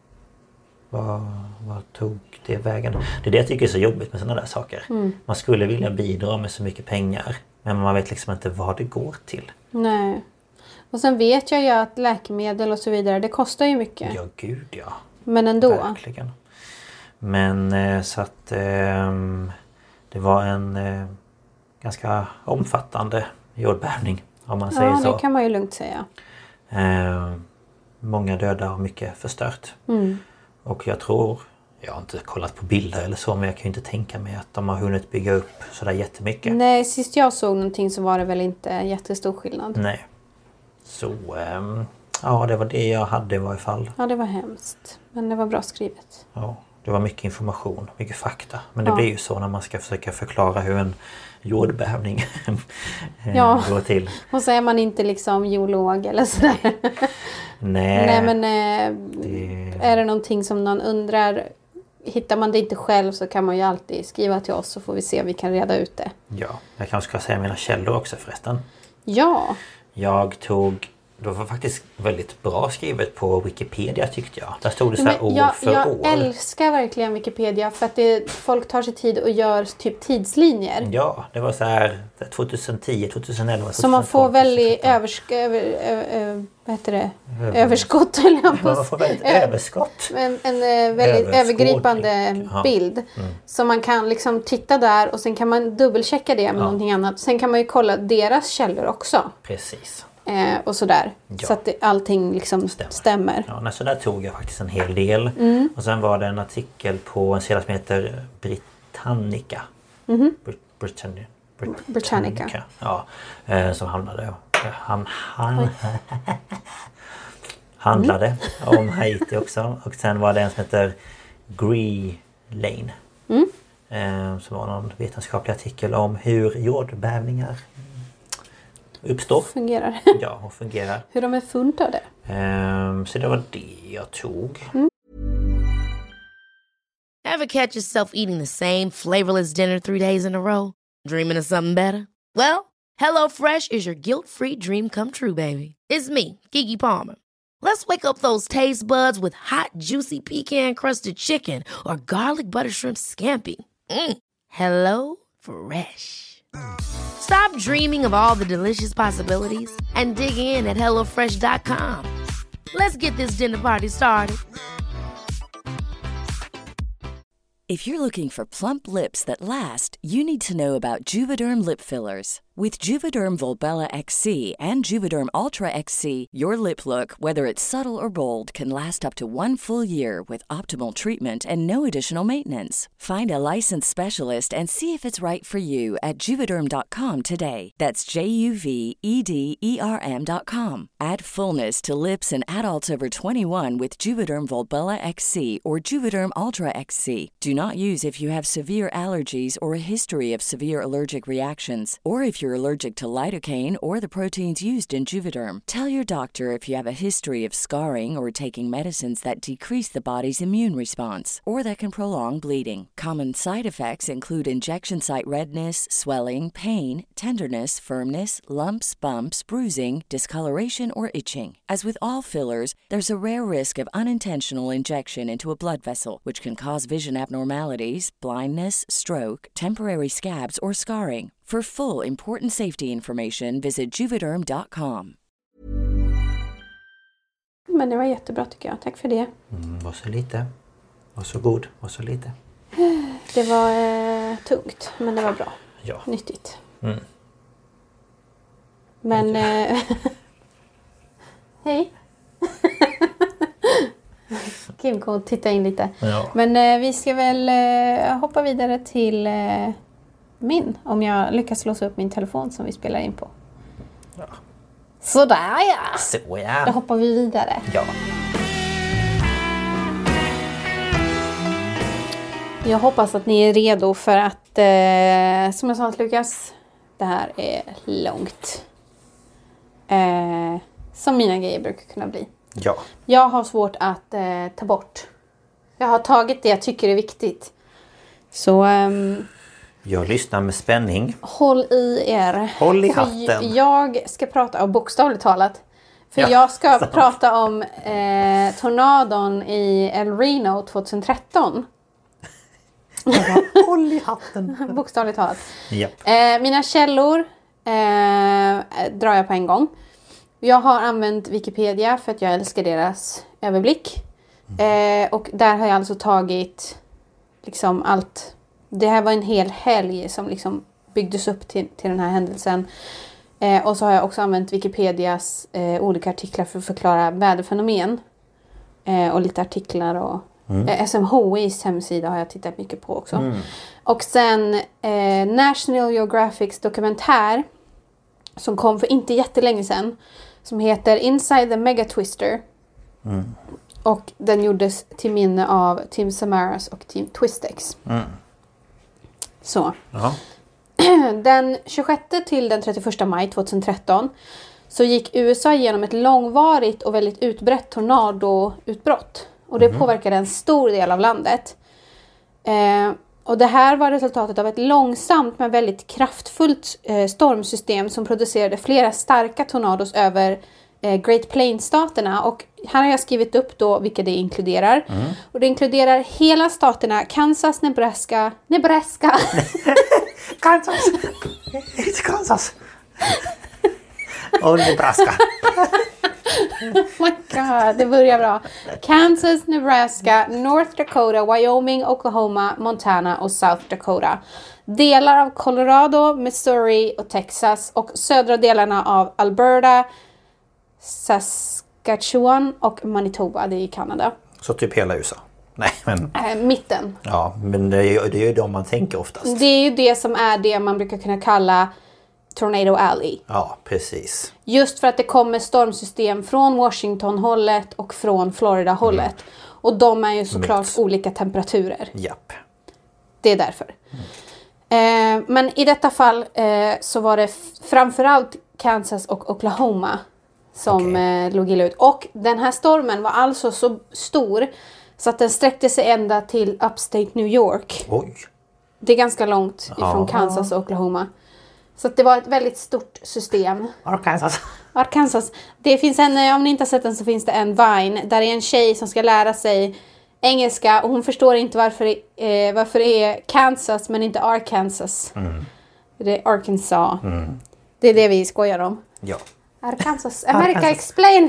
Vad tog det vägen? Det är det jag tycker är så jobbigt med sådana där saker. Man skulle vilja bidra med så mycket pengar. Men man vet liksom inte vad det går till. Nej. Och sen vet jag ju att läkemedel och så vidare, det kostar ju mycket. Ja, gud ja. Men ändå. Verkligen. Men så att det var en ganska omfattande jordbävning, om man säger så. Ja, det kan man ju lugnt säga. Många döda och mycket förstört. Och jag tror, jag har inte kollat på bilder eller så, men jag kan ju inte tänka mig att de har hunnit bygga upp sådär jättemycket. Nej, sist jag såg någonting så var det väl inte jättestor skillnad. Nej. Så Ja, det var det jag hade i varje fall. Ja, det var hemskt. Men det var bra skrivet. Ja, det var mycket information, mycket fakta. Men det blir ju så när man ska försöka förklara hur en jordbävning går till. Och så är man inte liksom geolog eller sådär. Nej, men är det någonting som någon undrar, hittar man det inte själv så kan man ju alltid skriva till oss så får vi se om vi kan reda ut det. Ja, jag kanske ska säga mina källor också förresten. Ja. Det var faktiskt väldigt bra skrivet på Wikipedia tyckte jag. Där stod det så här år för år. Jag älskar verkligen Wikipedia för att folk tar sig tid och gör typ tidslinjer. Ja, det var så här 2010, 2011, 2012. Så man får väldigt överskott. Man får väldigt överskott. En väldigt övergripande bild. Så man kan liksom titta där och sen kan man dubbelchecka det med någonting annat. Sen kan man ju kolla deras källor också. Precis. Och sådär. Ja. Så att allting liksom stämmer. Ja, så där tog jag faktiskt en hel del. Och sen var det en artikel på en sida som heter Britannica. Britannica. Ja, som handlade om Haiti också. Och sen var det en som heter Green Lane. Som var någon vetenskaplig artikel om hur jordbävningar uppstår. Fungerar. Ja, och fungerar. Hur de är funtade. Så det var det jag tog. Ever catch yourself eating the same flavorless dinner 3 days in a row? Dreaming of something better? Well, HelloFresh is your guilt-free dream come true, baby. It's me, Keke Palmer. Let's wake up those taste buds with hot, juicy pecan-crusted chicken or garlic butter shrimp scampi. Hello Fresh. Stop dreaming of all the delicious possibilities and dig in at HelloFresh.com. Let's get this dinner party started. If you're looking for plump lips that last, you need to know about Juvederm lip fillers. With Juvederm Volbella XC and Juvederm Ultra XC, your lip look, whether it's subtle or bold, can last up to 1 full year with optimal treatment and no additional maintenance. Find a licensed specialist and see if it's right for you at Juvederm.com today. That's JUVEDERM.com. Add fullness to lips in adults over 21 with Juvederm Volbella XC or Juvederm Ultra XC. Do not use if you have severe allergies or a history of severe allergic reactions, or if you're allergic to lidocaine or the proteins used in Juvederm. Tell your doctor if you have a history of scarring or taking medicines that decrease the body's immune response or that can prolong bleeding. Common side effects include injection site redness, swelling, pain, tenderness, firmness, lumps, bumps, bruising, discoloration, or itching. As with all fillers, there's a rare risk of unintentional injection into a blood vessel, which can cause vision abnormalities, blindness, stroke, temporary scabs, or scarring. For full important safety information, visit Juvederm.com. Men det var jättebra tycker jag. Tack för det. Var så lite. Var så god. Var så lite. Det var tungt, men det var bra. Ja. Nyttigt. Men... Hej. Kim kommer att titta in lite. Ja. Men vi ska väl hoppa vidare till min. Om jag lyckas låsa upp min telefon som vi spelar in på. Ja. Sådär ja. Så ja. Då hoppar vi vidare. Ja. Jag hoppas att ni är redo för att, som jag sa till Lukas, det här är långt. Som mina grejer brukar kunna bli. Ja. Jag har svårt att ta bort. Jag har tagit det jag tycker är viktigt. Så... jag lyssnar med spänning. Håll i er. Håll i hatten. Jag ska prata om bokstavligt talat. För jag ska prata om tornadon i El Reno 2013. Håll i hatten. Bokstavligt talat. Yep. Mina källor drar jag på en gång. Jag har använt Wikipedia för att jag älskar deras överblick. Och där har jag alltså tagit liksom allt. Det här var en hel helg som liksom byggdes upp till den här händelsen. Och så har jag också använt Wikipedias olika artiklar för att förklara väderfenomen. Och lite artiklar och SMHIs hemsida har jag tittat mycket på också. Och sen National Geographics dokumentär som kom för inte jättelänge sedan. som heter Inside the Mega Twister. Och den gjordes till minne av Team Samaras och Team Twistex. Så. Ja. Den 26 till den 31 maj 2013 så gick USA igenom ett långvarigt och väldigt utbrett tornadoutbrott. Och det påverkade en stor del av landet. Och det här var resultatet av ett långsamt men väldigt kraftfullt stormsystem som producerade flera starka tornados över Great Plains-staterna. Och här har jag skrivit upp då vilka det inkluderar. Och det inkluderar hela staterna Kansas, Nebraska. Kansas! It's Kansas! Och Nebraska. Oh my god, det börjar bra. Kansas, Nebraska, North Dakota, Wyoming, Oklahoma, Montana och South Dakota. Delar av Colorado, Missouri och Texas och södra delarna av Alberta, Saskatchewan och Manitoba, det är i Kanada. Så typ hela USA? Nej, men... Mitten. Ja, men det är ju de man tänker oftast. Det är ju det som är det man brukar kunna kalla Tornado Alley. Ja, precis. Just för att det kommer stormsystem från Washington-hållet och från Florida-hållet. Och de är ju såklart olika temperaturer. Japp. Det är därför. Men i detta fall så var det framförallt Kansas och Oklahoma som låg illa ut. Och den här stormen var alltså så stor så att den sträckte sig ända till Upstate New York. Oj. Det är ganska långt ifrån Kansas och Oklahoma. Så att det var ett väldigt stort system. Arkansas. Det finns om ni inte har sett den så finns det en Vine. Där är en tjej som ska lära sig engelska. Och hon förstår inte varför det är Kansas men inte Arkansas. Det är Arkansas. Det är det vi skojar om. Ja. Arkansas. America Explain.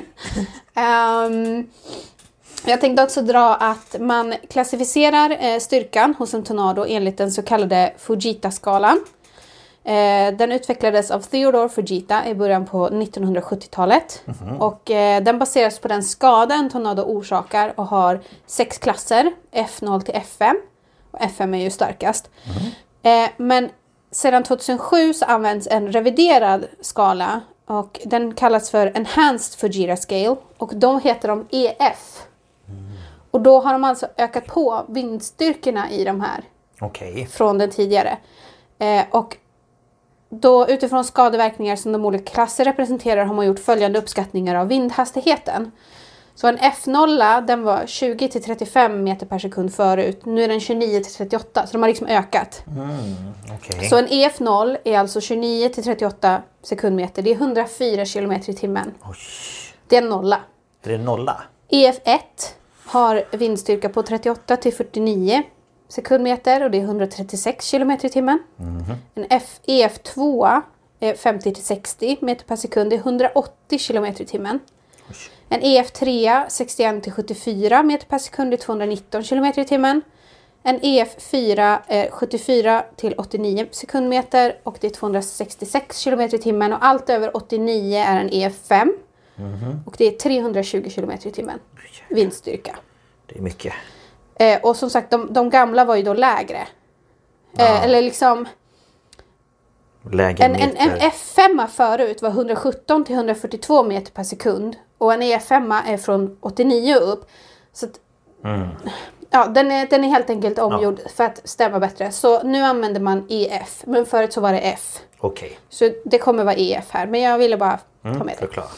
Jag tänkte också dra att man klassificerar styrkan hos en tornado enligt den så kallade Fujita-skalan. Den utvecklades av Theodore Fujita i början på 1970-talet. Och den baseras på den skada en tornado orsakar och har 6 klasser, F0 till F5. Och F5 är ju starkast. Men sedan 2007 så används en reviderad skala och den kallas för Enhanced Fujita Scale och då heter de EF. Och då har de alltså ökat på vindstyrkorna i de här från den tidigare. Och då utifrån skadeverkningar som de olika klasser representerar har man gjort följande uppskattningar av vindhastigheten. Så en F0 den var 20 till 35 meter per sekund förut. Nu är den 29 till 38 så de har liksom ökat. Så en EF0 är alltså 29 till 38 sekundmeter. Det är 104 kilometer i timmen. Det är en nolla. Det är en nolla. EF1 har vindstyrka på 38 till 49 sekundmeter och det är 136 kilometer i timmen. En EF2 är 50 till 60 meter per sekund, det är 180 kilometer i timmen. En EF3 61 till 74 meter per sekund, det är 219 kilometer i timmen. En EF4 är 74 till 89 sekundmeter och det är 266 kilometer i timmen. Och allt över 89 är en EF5 och det är 320 kilometer i timmen vindstyrka. Det är mycket. Och som sagt, de gamla var ju då lägre. Eller liksom... En F5 förut var 117 till 142 meter per sekund. Och en E5 är från 89 upp. Så att, ja, den är helt enkelt omgjord för att stämma bättre. Så nu använder man EF. Men förut så var det F. Okej. Så det kommer vara EF här. Men jag ville bara ta med det. Förklara.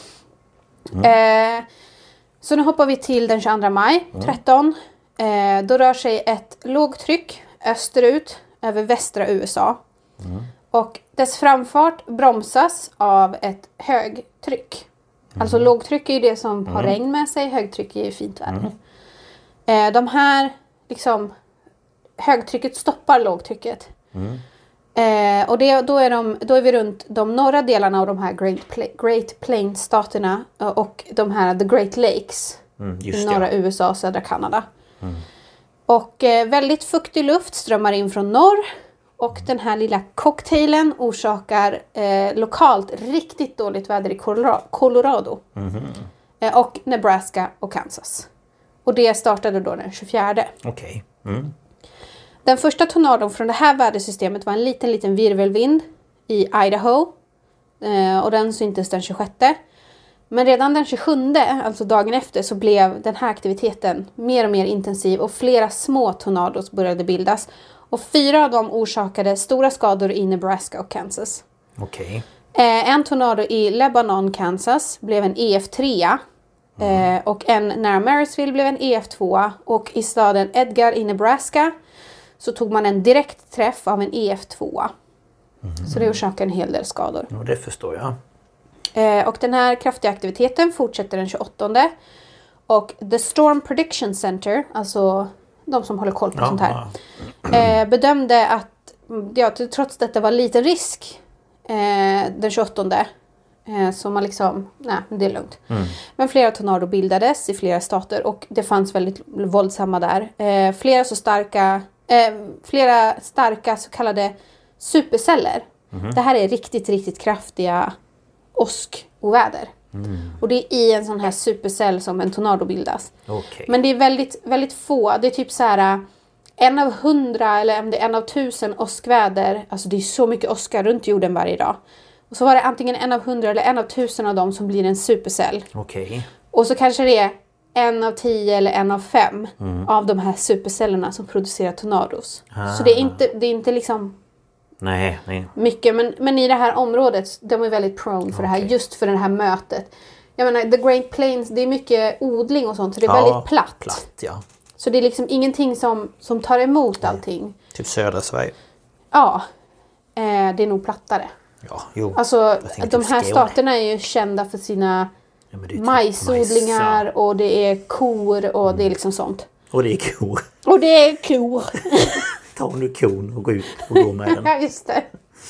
Så nu hoppar vi till den 22 maj 13. Då rör sig ett lågtryck österut över västra USA. Och dess framfart bromsas av ett högtryck. Alltså lågtryck är ju det som har regn med sig. Högtryck är ju fint väder. De här liksom högtrycket stoppar lågtrycket. Och då är vi runt de norra delarna av de här Great Plains-staterna och de här The Great Lakes i norra USA och södra Kanada. Och väldigt fuktig luft strömmar in från norr och den här lilla cocktailen orsakar lokalt riktigt dåligt väder i Colorado och Nebraska och Kansas. Och det startade då den 24. Okej. Den första tornadon från det här vädersystemet var en liten virvelvind i Idaho. Och den syntes den 26. Men redan den 27, alltså dagen efter, så blev den här aktiviteten mer och mer intensiv och flera små tornados började bildas. Och 4 av dem orsakade stora skador i Nebraska och Kansas. Okej. En tornado i Lebanon, Kansas blev en EF3. Och en nära Marysville blev en EF2. Och i staden Edgar i Nebraska så tog man en direkt träff av en EF2. Så det orsakade en hel del skador. Ja, det förstår jag. Och den här kraftiga aktiviteten fortsätter den 28. Och The Storm Prediction Center, alltså de som håller koll på sånt här, bedömde att trots att det var lite risk den 28, så man liksom, nej, det är lugnt. Men flera tornado bildades i flera stater och det fanns väldigt våldsamma där. Flera starka så kallade superceller. Det här är riktigt, riktigt kraftiga åskoväder. Och det är i en sån här supercell som en tornado bildas. Okay. Men det är väldigt, väldigt få. Det är typ så här 1 av 100 eller om det är 1 av 1000 åskväder. Alltså det är så mycket åskar runt jorden varje dag. Och så var det antingen 1 av 100 eller 1 av 1000 av dem som blir en supercell. Okay. Och så kanske det är 1 av 10 eller 1 av 5 av de här supercellerna som producerar tornados. Så det är inte liksom... Nej. Mycket, men i det här området, de är väldigt prone för det här, just för det här mötet. Jag menar, The Great Plains, det är mycket odling och sånt, så det är väldigt platt. Ja. Så det är liksom ingenting som tar emot allting. Typ södra Sverige. Ja, det är nog plattare. Ja, jo. Alltså, de här staterna är ju kända för sina majsodlingar och det är kor och det är liksom sånt. Och det är kor. Och det är kor. Ta nu kon och gå ut och gå med den. Ja, just det.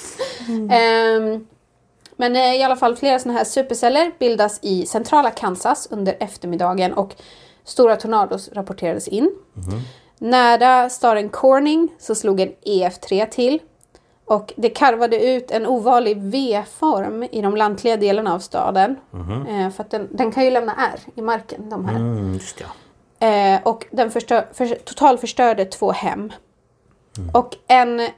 Men i alla fall flera sådana här superceller bildas i centrala Kansas under eftermiddagen och stora tornados rapporterades in. Nära staden Corning så slog en EF3 till och det karvade ut en ovanlig V-form i de lantliga delarna av staden. För att den kan ju lämna ärr i marken, de här. Just ja. Och den totalförstörde 2 hem. Och en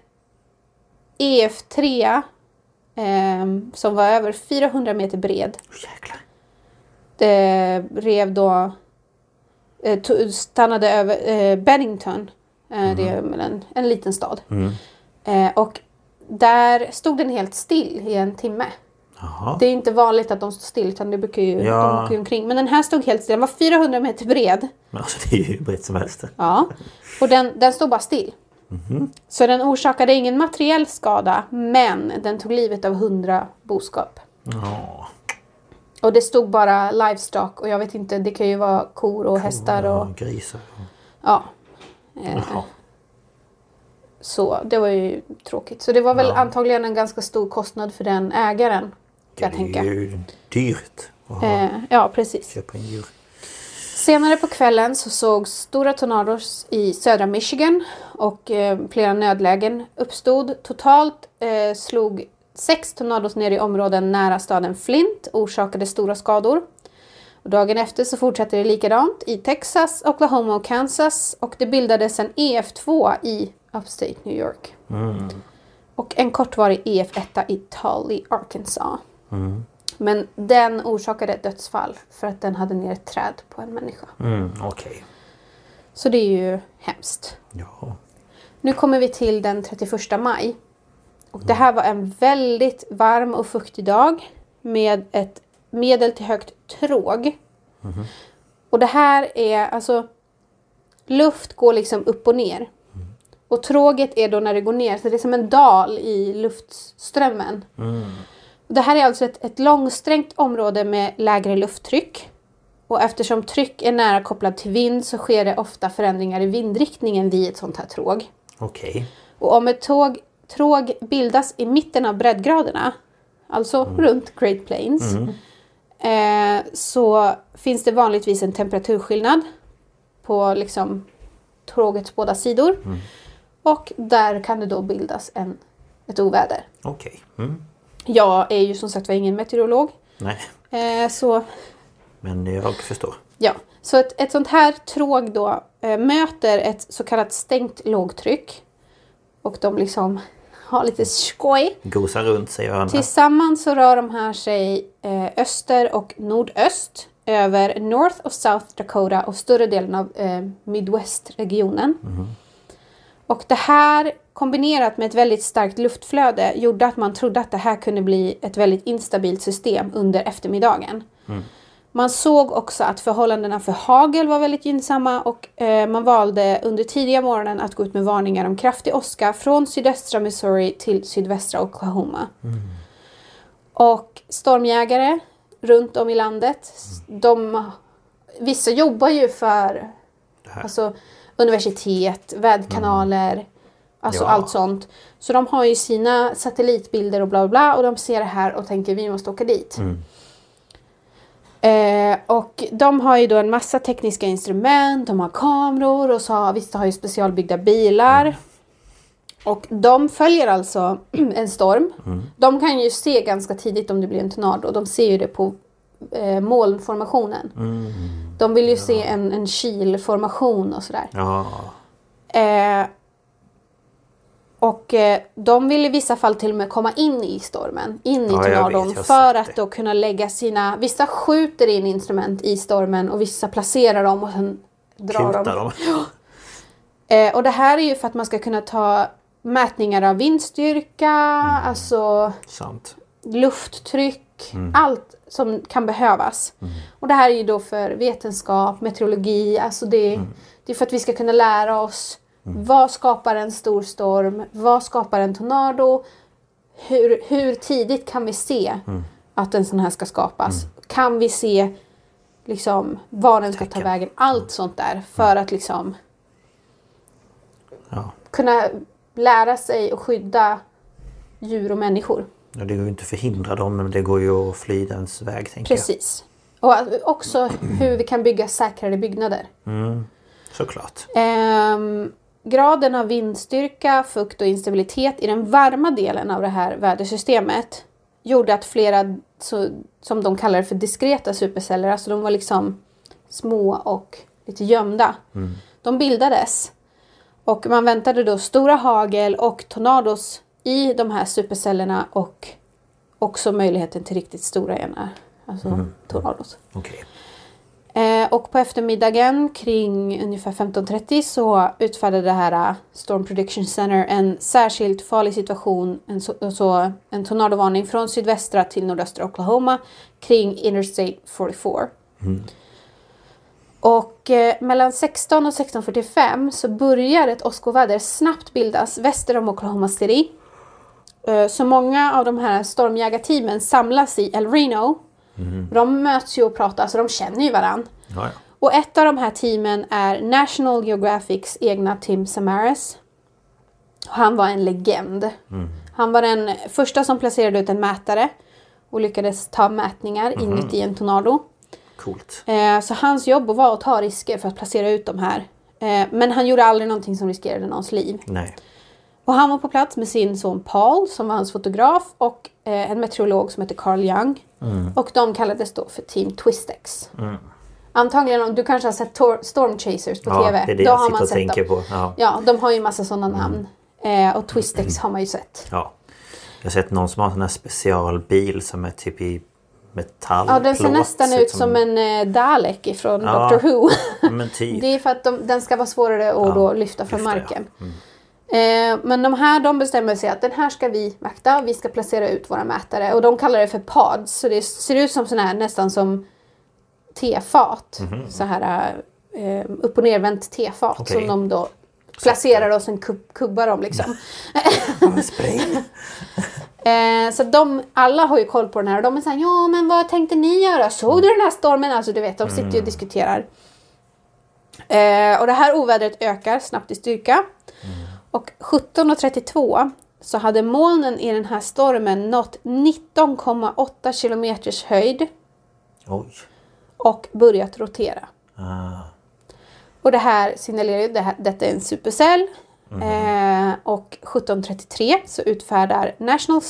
EF3 som var över 400 meter bred. Jäklar. Det rev då stannade över Bennington. Det är en liten stad. Och där stod den helt still i 1 timme. Aha. Det är inte vanligt att de står still utan det brukar ju, de åker omkring. Men den här stod helt still. Den var 400 meter bred. Alltså det är ju brett som helst. Ja. Och den stod bara still. Så den orsakade ingen materiell skada, men den tog livet av 100 boskap. Och det stod bara livestock och jag vet inte, det kan ju vara kor och hästar och grisar. Ja. Så det var ju tråkigt. Så det var väl antagligen en ganska stor kostnad för den ägaren, kan jag tänka. Det är ju dyrt att ja, precis. Köpa en djur. Senare på kvällen så såg stora tornados i södra Michigan och flera nödlägen uppstod. Totalt slog 6 tornados ner i områden nära staden Flint och orsakade stora skador. Och dagen efter så fortsatte det likadant i Texas, Oklahoma och Kansas och det bildades en EF2 i Upstate New York. Och en kortvarig EF1 i Tully, Arkansas. Men den orsakade ett dödsfall för att den hade ner ett träd på en människa. Okej. Så det är ju hemskt. Ja. Nu kommer vi till den 31 maj. Och det här var en väldigt varm och fuktig dag med ett medel till högt tråg. Och det här är alltså, luft går liksom upp och ner. Och tråget är då när det går ner, så det är som en dal i luftströmmen. Det här är alltså ett långsträngt område med lägre lufttryck. Och eftersom tryck är nära kopplat till vind så sker det ofta förändringar i vindriktningen vid ett sånt här tråg. Okej. Och om ett tråg bildas i mitten av breddgraderna, alltså runt Great Plains, så finns det vanligtvis en temperaturskillnad på liksom trågets båda sidor. Och där kan det då bildas ett oväder. Okej. Jag är ju som sagt ingen meteorolog. Nej. Så... Men jag förstår. Ja, så ett sånt här tråg då möter ett så kallat stängt lågtryck. Och de liksom ha lite skoj. Gosa runt säger jag. Tillsammans så rör de här sig öster och nordöst över North och South Dakota och större delen av Midwest-regionen. Och det här kombinerat med ett väldigt starkt luftflöde gjorde att man trodde att det här kunde bli ett väldigt instabilt system under eftermiddagen. Man såg också att förhållandena för hagel var väldigt gynnsamma och man valde under tidiga morgonen att gå ut med varningar om kraftig åska från sydöstra Missouri till sydvästra Oklahoma. Och stormjägare runt om i landet, vissa jobbar ju för alltså, universitet, väderkanaler, alltså allt sånt. Så de har ju sina satellitbilder och bla bla och de ser det här och tänker vi måste åka dit. Och de har ju då en massa tekniska instrument, de har kameror och så vissa har ju specialbyggda bilar. Och de följer alltså en storm. De kan ju se ganska tidigt om det blir en tornado. De ser ju det på molnformationen. De vill ju se en kilformation och sådär. Och de vill i vissa fall till och med komma in i stormen, in i tornadon för att då kunna lägga sina, vissa skjuter in instrument i stormen och vissa placerar dem och sen drar dem. Och det här är ju för att man ska kunna ta mätningar av vindstyrka, alltså lufttryck, allt som kan behövas. Och det här är ju då för vetenskap, meteorologi, alltså det är för att vi ska kunna lära oss vad skapar en stor storm? Vad skapar en tornado? Hur tidigt kan vi se att en sån här ska skapas? Kan vi se liksom var den ska ta vägen? Allt sånt där för att liksom kunna lära sig och skydda djur och människor. Ja, det går ju inte att förhindra dem, men det går ju att fly dens väg, tänker jag. Precis. Och också hur vi kan bygga säkrare byggnader. Såklart. Graden av vindstyrka, fukt och instabilitet i den varma delen av det här vädersystemet gjorde att flera, som de kallar för diskreta superceller, alltså de var liksom små och lite gömda. De bildades. Och man väntade då stora hagel och tornados i de här supercellerna och också möjligheten till riktigt stora ena, alltså tornados. Och på eftermiddagen kring ungefär 15:30 så utfärdade det här Storm Prediction Center en särskilt farlig situation, en tornadovarning från sydvästra till nordöstra Oklahoma kring Interstate 44. Och mellan 16 och 16:45 så börjar ett åskoväder snabbt bildas väster om Oklahoma City. Så många av de här stormjägarteamen samlas i El Reno. De möts ju och pratar, så de känner ju varann. Och ett av de här teamen är National Geographics egna Tim Samaras. Han var en legend. Han var den första som placerade ut en mätare och lyckades ta mätningar inuti en tornado. Coolt. Så hans jobb var att ta risker för att placera ut de här. Men han gjorde aldrig någonting som riskerade någons liv. Nej. Och han var på plats med sin son Paul som var hans fotograf och en meteorolog som heter Carl Young. Och de kallades då för Team Twistex. Antagligen, du kanske har sett Storm Chasers på TV. Ja, det är det då jag har man sitter och tänker dem. på. Ja, de har ju massa sådana namn. Och Twistex har man ju sett. Ja. Jag har sett någon som har en sån här specialbil som är typ i metall. Ja, den ser nästan ut som en Dalek från Doctor Who. Men typ. Det är för att den ska vara svårare att då lyfta från marken. Men de bestämmer sig att den här ska vi vakta. Vi ska placera ut våra mätare. Och de kallar det för pods. Så det ser ut som sån här, nästan som tefat. Så här upp- och nervänt tefat. Som de då placerar och sen kubbar dem liksom. Så alla har ju koll på den här. Och de är såhär, ja men vad tänkte ni göra? Såg du den här stormen? Alltså du vet, de sitter ju och diskuterar. Och det här ovädret ökar snabbt i styrka. Och 17:32 så hade molnen i den här stormen nått 19,8 kilometers höjd. Oj. Och börjat rotera. Och det här signalerar ju detta är en supercell. Och 17:33 så utfärdar National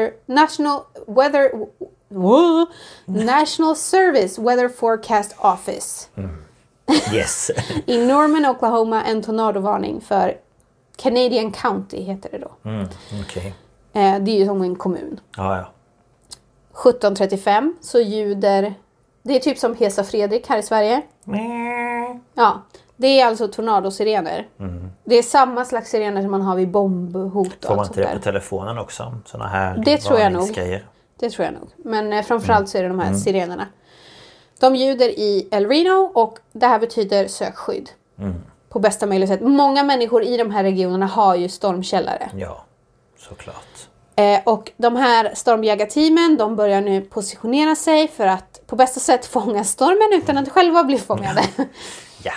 Service Weather Forecast Office Yes. i Norman, Oklahoma en tornadovarning för Canadian County heter det då. Okej. Det är ju som en kommun. Ja. 1735 så ljuder... Det är typ som Hesa Fredrik här i Sverige. Ja, det är alltså tornadosirener. Det är samma slags sirener som man har vid bombhot och Får man allt inte sånt det där. på telefonen också? Såna här Det tror jag nog. varningsgrejer. Det tror jag nog. Men framförallt så är det de här sirenerna. De ljuder i El Reno och det här betyder sökskydd. På bästa möjliga sätt. Många människor i de här regionerna har ju stormkällare. Ja, såklart. Och de här stormjägarteamen, de börjar nu positionera sig för att på bästa sätt fånga stormen utan att själva bli fångade. Ja.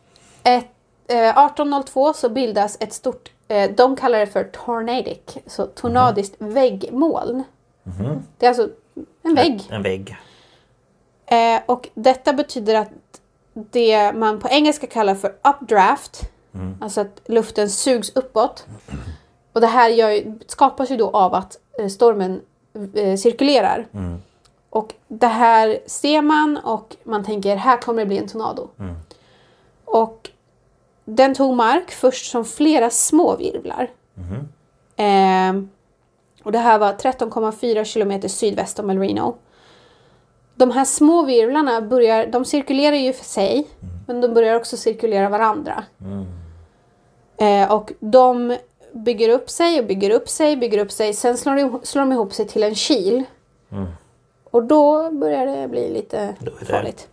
1802 så bildas ett stort, de kallar det för tornadic, så tornadiskt väggmoln. Det är alltså en vägg. En vägg. Och detta betyder att det man på engelska kallar för updraft, alltså att luften sugs uppåt. Och det här skapas ju då av att stormen cirkulerar. Och det här ser man och man tänker här kommer det bli en tornado. Och den tog mark först som flera små virvlar. Och det här var 13,4 kilometer sydväst om El Reno. De här små virvlarna de cirkulerar ju för sig. Men de börjar också cirkulera varandra. Och de bygger upp sig och bygger upp sig. Sen slår de ihop sig till en kil. Och då börjar det bli lite farligt.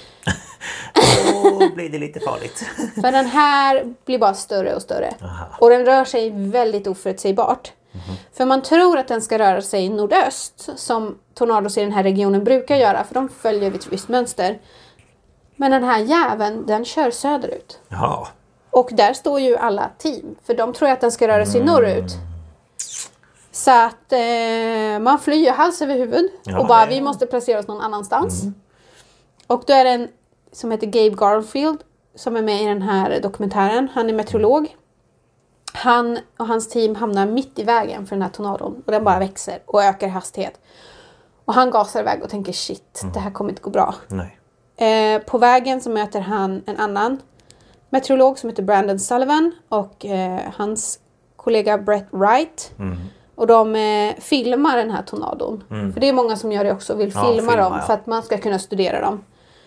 Då blir det lite farligt. För den här blir bara större och större. Aha. Och den rör sig väldigt oförutsägbart. För man tror att den ska röra sig nordöst. Som tornados i den här regionen brukar göra. För de följer ett visst mönster. Men den här jäveln, den kör söderut. Ja. Och där står ju alla team. För de tror att den ska röra sig norrut. Så att man flyr hals över huvud. Och bara vi måste placera oss någon annanstans. Och då är det en som heter Gabe Garfield. Som är med i den här dokumentären. Han är meteorolog. Han och hans team hamnar mitt i vägen för den här tornadon. Och den bara växer och ökar i hastighet. Och han gasar iväg och tänker shit, det här kommer inte gå bra. Nej. På vägen så möter han en annan meteorolog som heter Brandon Sullivan. Och hans kollega Brett Wright. Och de filmar den här tornadon. För det är många som gör det också. Vill filma dem för att man ska kunna studera dem.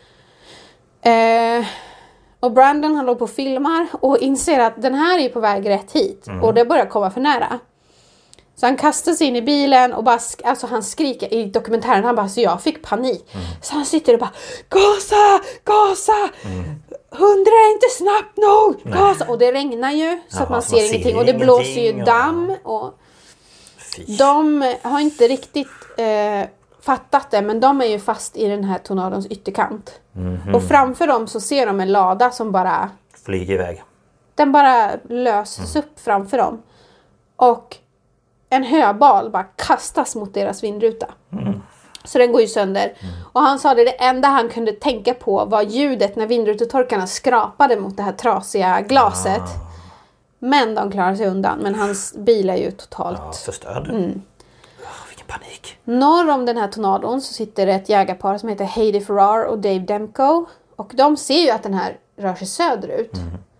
Och Brandon han låg på filmar och inser att den här är på väg rätt hit. Och det börjar komma för nära. Så han kastar sig in i bilen och bara, alltså han skriker i dokumentären. Han bara, så jag fick panik. Så han sitter och bara, gasa! 100 är inte snabbt nog! Gasa! Och det regnar ju så att man ser ingenting. Och det blåser ju damm. Och de har inte riktigt fattat det. Men de är ju fast i den här tornadons ytterkant. Och framför dem så ser de en lada som bara flyger iväg. Den bara löses upp framför dem. Och en höbal bara kastas mot deras vindruta. Så den går ju sönder. Och han sa det enda han kunde tänka på var ljudet när vindrutetorkarna skrapade mot det här trasiga glaset. Men de klarar sig undan. Men hans bil är ju totalt förstörd. Vilken panik. Norr om den här tornadon så sitter det ett jägarpar som heter Heidi Farrar och Dave Demko. Och de ser ju att den här rör sig söderut.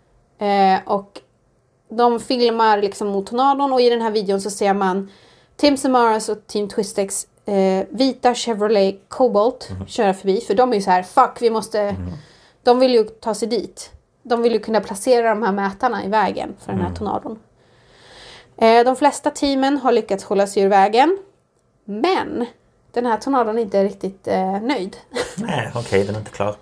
Och de filmar liksom mot tornadon. Och i den här videon så ser man Tim Samaras och Team Twistex vita Chevrolet Cobalt köra förbi. För de är ju så här, fuck vi måste... De vill ju ta sig dit. De vill ju kunna placera de här mätarna i vägen för den här tornadon. De flesta teamen har lyckats hålla sig ur vägen. Men den här tornadon är inte riktigt nöjd. Nej, okej, den är inte klar.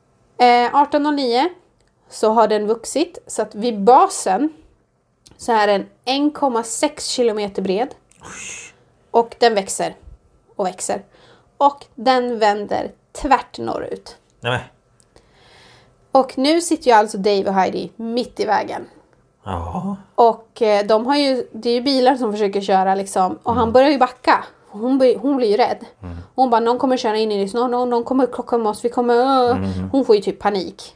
1809 så har den vuxit. Så att vid basen så är den 1,6 kilometer bred. Och den växer och växer. Och den vänder tvärt norrut. Nej. Och nu sitter ju alltså Dave och Heidi mitt i vägen. Ja. Och de har ju, det är ju bilar som försöker köra liksom. Och han börjar ju backa. Hon blir ju rädd. Hon bara, någon kommer köra in i det. Någon kommer klocka med oss. Vi kommer... Hon får ju typ panik.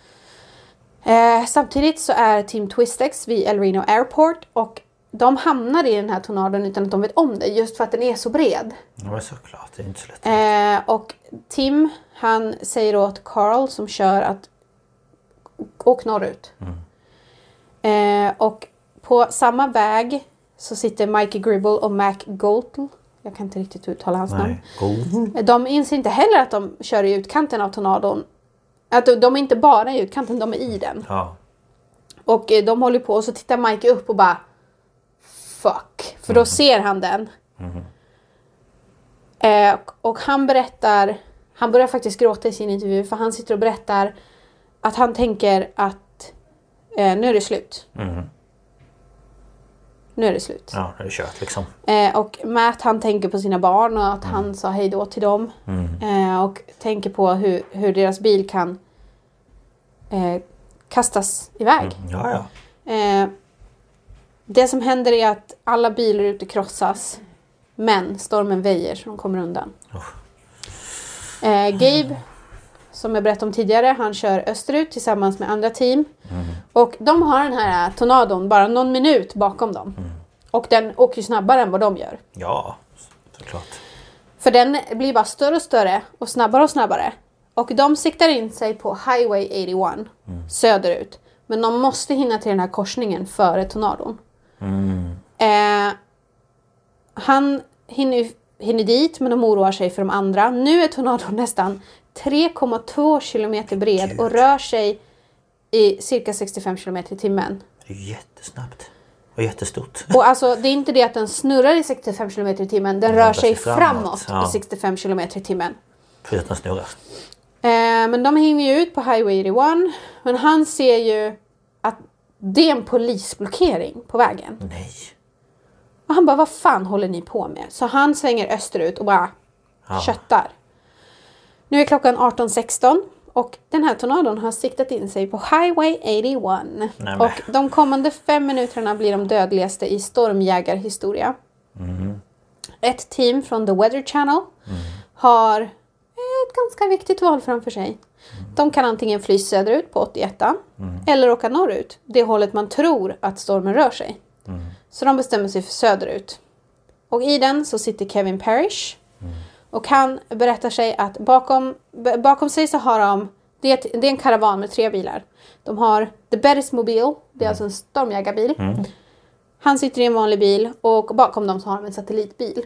Samtidigt så är Team Twistex vid El Reno Airport. Och de hamnar i den här tornadon utan att de vet om det. Just för att den är så bred. Ja, men såklart. Det är inte så lätt. Och Tim, han säger åt Carl som kör att åk norrut. Och på samma väg så sitter Mikey Gribble och Mac Goltle. Jag kan inte riktigt uttala hans namn. De inser inte heller att de kör i utkanten av tornadon. Att de är inte bara i utkanten, de är i den. Ja. Och de håller på och så tittar Mike upp och bara fuck. För då ser han den. Och han berättar, han börjar faktiskt gråta i sin intervju. För han sitter och berättar att han tänker att nu är det slut. Nu är det slut. Ja, nu är det kört liksom. Och Matt han tänker på sina barn och att han sa hej då till dem. Och tänker på hur deras bil kan kastas iväg. Ja. Det som händer är att alla bilar ute krossas. Men stormen väjer så de kommer undan. Gabe, som jag berättade om tidigare, han kör österut tillsammans med andra team. Och de har den här tornadon bara någon minut bakom dem. Och den åker ju snabbare än vad de gör. Ja, såklart. För den blir bara större och större och snabbare. Och de siktar in sig på Highway 81 söderut. Men de måste hinna till den här korsningen före tornadon. Han hinner dit, men de oroar sig för de andra. Nu är tornadon nästan 3,2 kilometer bred och rör sig i cirka 65 kilometer i timmen. Det är jättesnabbt och jättestort. Och alltså, det är inte det att den snurrar i 65 kilometer i timmen. Den rör sig framåt i 65 kilometer i timmen. För att den snurrar. Men de hänger ju ut på Highway 81. Men han ser ju att det är en polisblockering på vägen. Nej. Och han bara, vad fan håller ni på med? Så han svänger österut och bara köttar. Nu är klockan 18:16 och den här tornadon har siktat in sig på Highway 81. Och de kommande 5 minuterna blir de dödligaste i stormjägarhistoria. Ett team från The Weather Channel har ett ganska viktigt val framför sig. De kan antingen fly söderut på 81 eller åka norrut. Det hållet man tror att stormen rör sig. Så de bestämmer sig för söderut. Och i den så sitter Kevin Parrish. Och han berättar sig att bakom sig så har de... Det är en karavan med 3 bilar. De har The Bettismobile. Det är alltså en stormjägarbil. Han sitter i en vanlig bil. Och bakom dem så har de en satellitbil.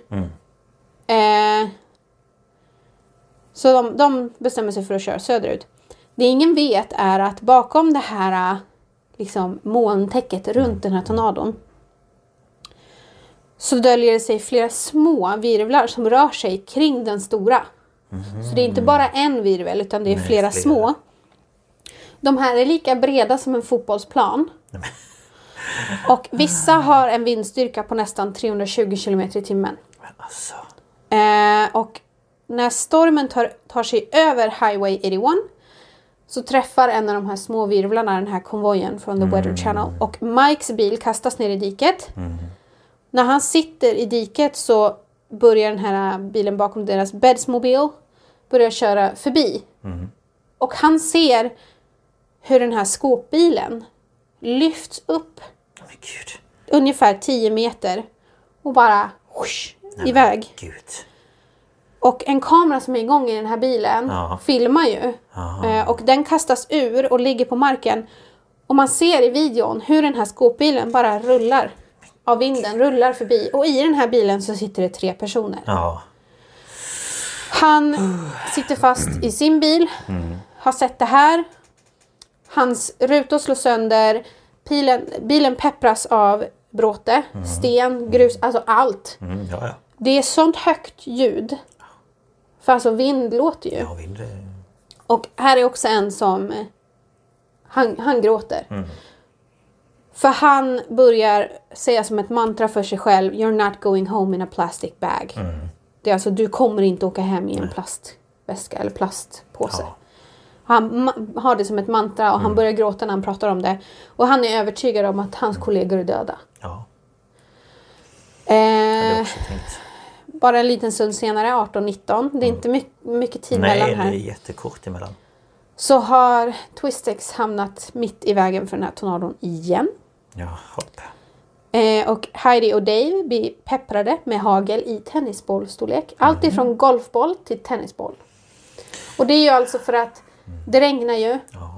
Så de bestämmer sig för att köra söderut. Det ingen vet är att bakom det här liksom, molntäcket runt den här tornadon så döljer det sig flera små virvlar som rör sig kring den stora. Så det är inte bara en virvel utan det är flera små. De här är lika breda som en fotbollsplan. Och vissa har en vindstyrka på nästan 320 km i timmen. Alltså. Och när stormen tar sig över Highway 81 så träffar en av de här små virvlarna den här konvojen från The Weather Channel. Och Mikes bil kastas ner i diket. När han sitter i diket så börjar den här bilen bakom deras Bettismobile börjar köra förbi. Och han ser hur den här skåpbilen lyfts upp ungefär 10 meter och bara iväg. Gud. Och en kamera som är igång i den här bilen filmar ju. Och den kastas ur och ligger på marken. Och man ser i videon hur den här skåpbilen bara rullar av vinden, rullar förbi. Och i den här bilen så sitter det 3 personer. Han sitter fast i sin bil. Har sett det här. Hans rutor slår sönder. Bilen peppras av bråte, sten, grus, alltså allt. Det är sånt högt ljud. För alltså vind låter ju. Ja, vind. Och här är också en som han gråter. För han börjar säga som ett mantra för sig själv: You're not going home in a plastic bag. Det är alltså, du kommer inte åka hem i en plastväska eller plastpåse. Han har det som ett mantra och han börjar gråta när han pratar om det. Och han är övertygad om att hans kollegor är döda. Det är också tänkt. Bara en liten stund senare, 18:19. Det är inte mycket tid mellan här. Nej, det är jättekort emellan. Så har Twistex hamnat mitt i vägen för den här tornadon igen. Och Heidi och Dave blir pepprade med hagel i tennisbollstorlek. Allt ifrån golfboll till tennisboll. Och det är ju alltså för att det regnar ju.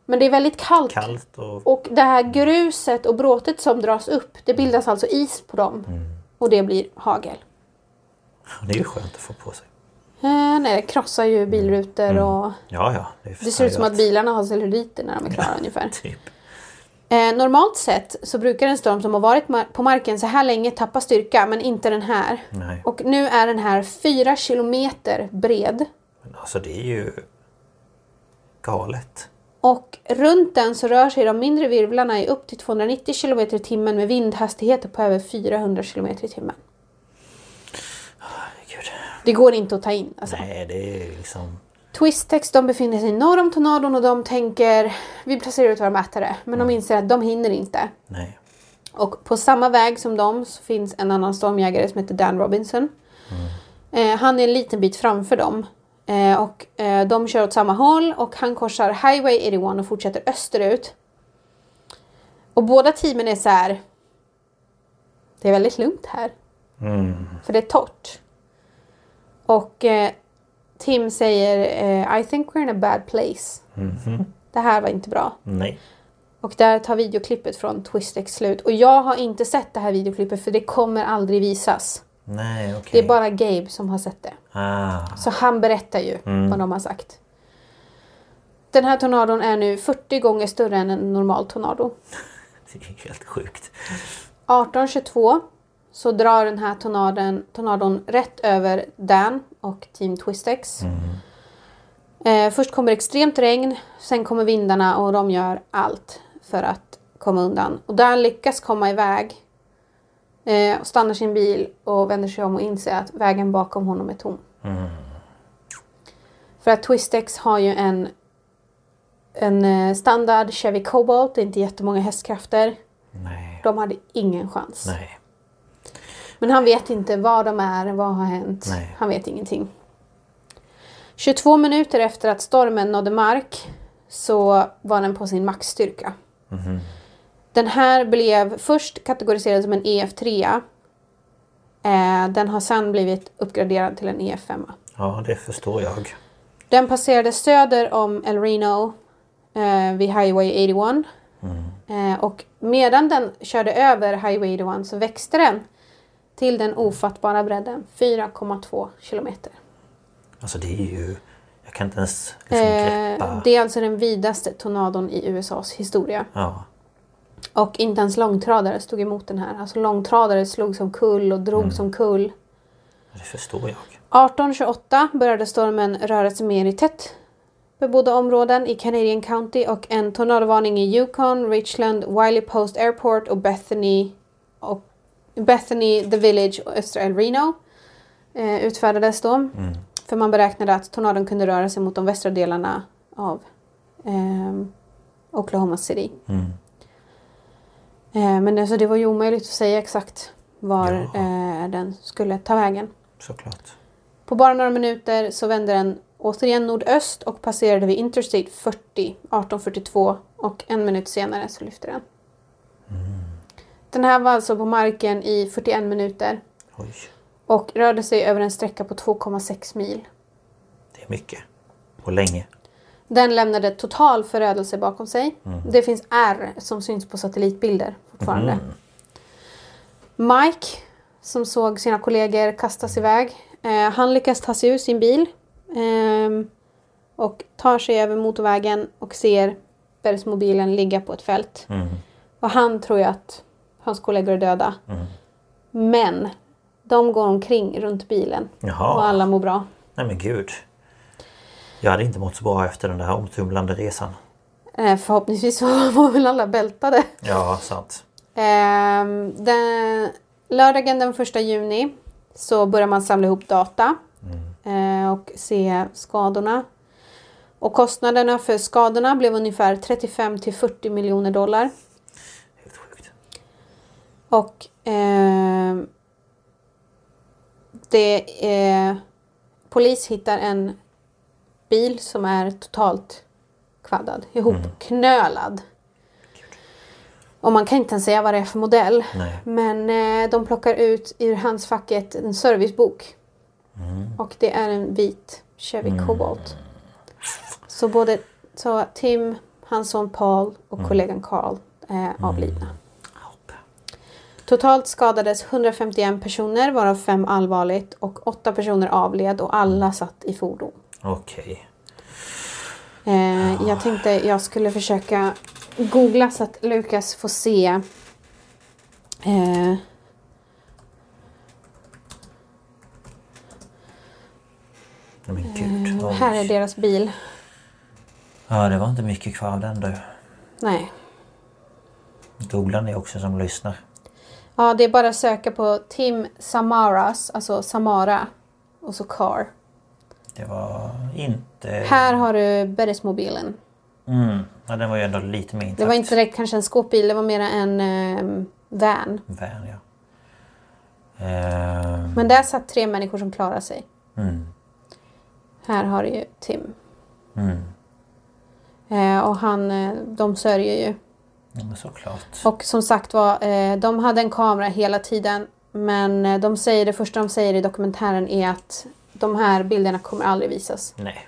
Men det är väldigt kallt. Och det här gruset och bråtet som dras upp, det bildas alltså is på dem. Och det blir hagel. Det är ju skönt att få på sig. Nej, det krossar ju bilrutor och... Ja. Det ser ut som att bilarna har celluliter när de är klara ungefär. Typ. Normalt sett så brukar en storm som har varit på marken så här länge tappa styrka, men inte den här. Nej. Och nu är den här 4 kilometer bred. Men alltså det är ju galet. Och runt den så rör sig de mindre virvlarna i upp till 290 km i timmen med vindhastigheter på över 400 km i timmen. Herregud. Det går inte att ta in. Alltså. Nej, det är liksom... Twistex, de befinner sig norr om tornadon och de tänker, vi placerar ut våra mätare. Men de inser att de hinner inte. Nej. Och på samma väg som dem så finns en annan stormjägare som heter Dan Robinson. Han är en liten bit framför dem. Och de kör åt samma håll och han korsar Highway 81 och fortsätter österut. Och båda teamen är så här, det är väldigt lugnt här. För det är torrt. Och Tim säger, I think we're in a bad place. Det här var inte bra. Nej. Och där tar videoklippet från Twistex slut. Och jag har inte sett det här videoklippet för det kommer aldrig visas. Nej, okej. Det är bara Gabe som har sett det. Så han berättar ju vad de har sagt. Den här tornadon är nu 40 gånger större än en normal tornado. Det är helt sjukt. 18:22 så drar den här tornadon rätt över Dan och Team Twistex. Först kommer extremt regn, sen kommer vindarna och de gör allt för att komma undan. Och Dan lyckas komma iväg och stannar sin bil och vänder sig om och inser att vägen bakom honom är tom. För att Twistex har ju en standard Chevy Cobalt, det är inte jättemånga hästkrafter. Nej. De hade ingen chans. Nej. Men han vet inte vad de är, vad har hänt. Nej. Han vet ingenting. 22 minuter efter att stormen nådde mark så var den på sin maxstyrka. Den här blev först kategoriserad som en EF3. Den har sedan blivit uppgraderad till en EF5. Ja, det förstår jag. Den passerade söder om El Reno vid Highway 81. Och medan den körde över Highway 81 så växte den till den ofattbara bredden 4,2 kilometer. Alltså det är ju... Jag kan inte ens greppa... Det är alltså den vidaste tornadon i USAs historia. Ja. Och inte ens långtradare stod emot den här. Alltså långtradare slog som kull och drog som kull. Det förstår jag. 18:28 började stormen röra sig mer i tätt bebodda områden i Canadian County och en tornadovarning i Yukon, Richland, Wiley Post Airport och Bethany, The Village och östra El Reno utfärdades då. För man beräknade att tornadon kunde röra sig mot de västra delarna av Oklahoma City. Men alltså, det var ju omöjligt att säga exakt var den skulle ta vägen. Såklart. På bara några minuter så vände den återigen nordöst och passerade vid Interstate 40, 18:42 och en minut senare så lyfte den. Den här var alltså på marken i 41 minuter. Oj. Och rörde sig över en sträcka på 2,6 mil. Det är mycket. Och länge. Den lämnade total förödelse bakom sig. Det finns ärr som syns på satellitbilder fortfarande. Mike, som såg sina kollegor kastas iväg. Han lyckas ta sig ur sin bil. Och tar sig över motorvägen och ser bergsmobilen ligga på ett fält. Och han tror ju att hans kollegor är döda. Men de går omkring runt bilen. Jaha. Och alla mår bra. Nej men gud. Jag hade inte mått så bra efter den här omtumlande resan. Förhoppningsvis så var väl alla bältade. Ja, sant. Lördagen den 1 juni så börjar man samla ihop data. Och se skadorna. Och kostnaderna för skadorna blev ungefär 35-40 miljoner dollar. Helt sjukt. Och polis hittar en bil som är totalt kvaddad, ihopknölad. Och man kan inte ens säga vad det är för modell. Nej. Men de plockar ut ur handskfacket en servicebok. Och det är en vit Chevy Cobalt. Så Tim, hans son Paul och kollegan Carl är avlidna. Totalt skadades 151 personer, varav 5 allvarligt och 8 personer avled och alla satt i fordon. Okej. Jag tänkte jag skulle försöka googla så att Lukas får se. Men gud. Här är deras bil. Ja, det var inte mycket kvar av den du. Nej. Googlar ni också som lyssnar? Ja, det är bara att söka på Tim Samaras, alltså Samara och så Car. Det var inte... Här har du Beresmobilen. Ja, den var ju ändå lite mer intakt. Det var inte direkt kanske en skåpbil, det var mer en van. Van, ja. Men där satt 3 människor som klarade sig. Här har du ju Tim. Och de sörjer ju. Ja, men såklart. Och som sagt var, de hade en kamera hela tiden. Men det första de säger i dokumentären är att de här bilderna kommer aldrig visas. Nej.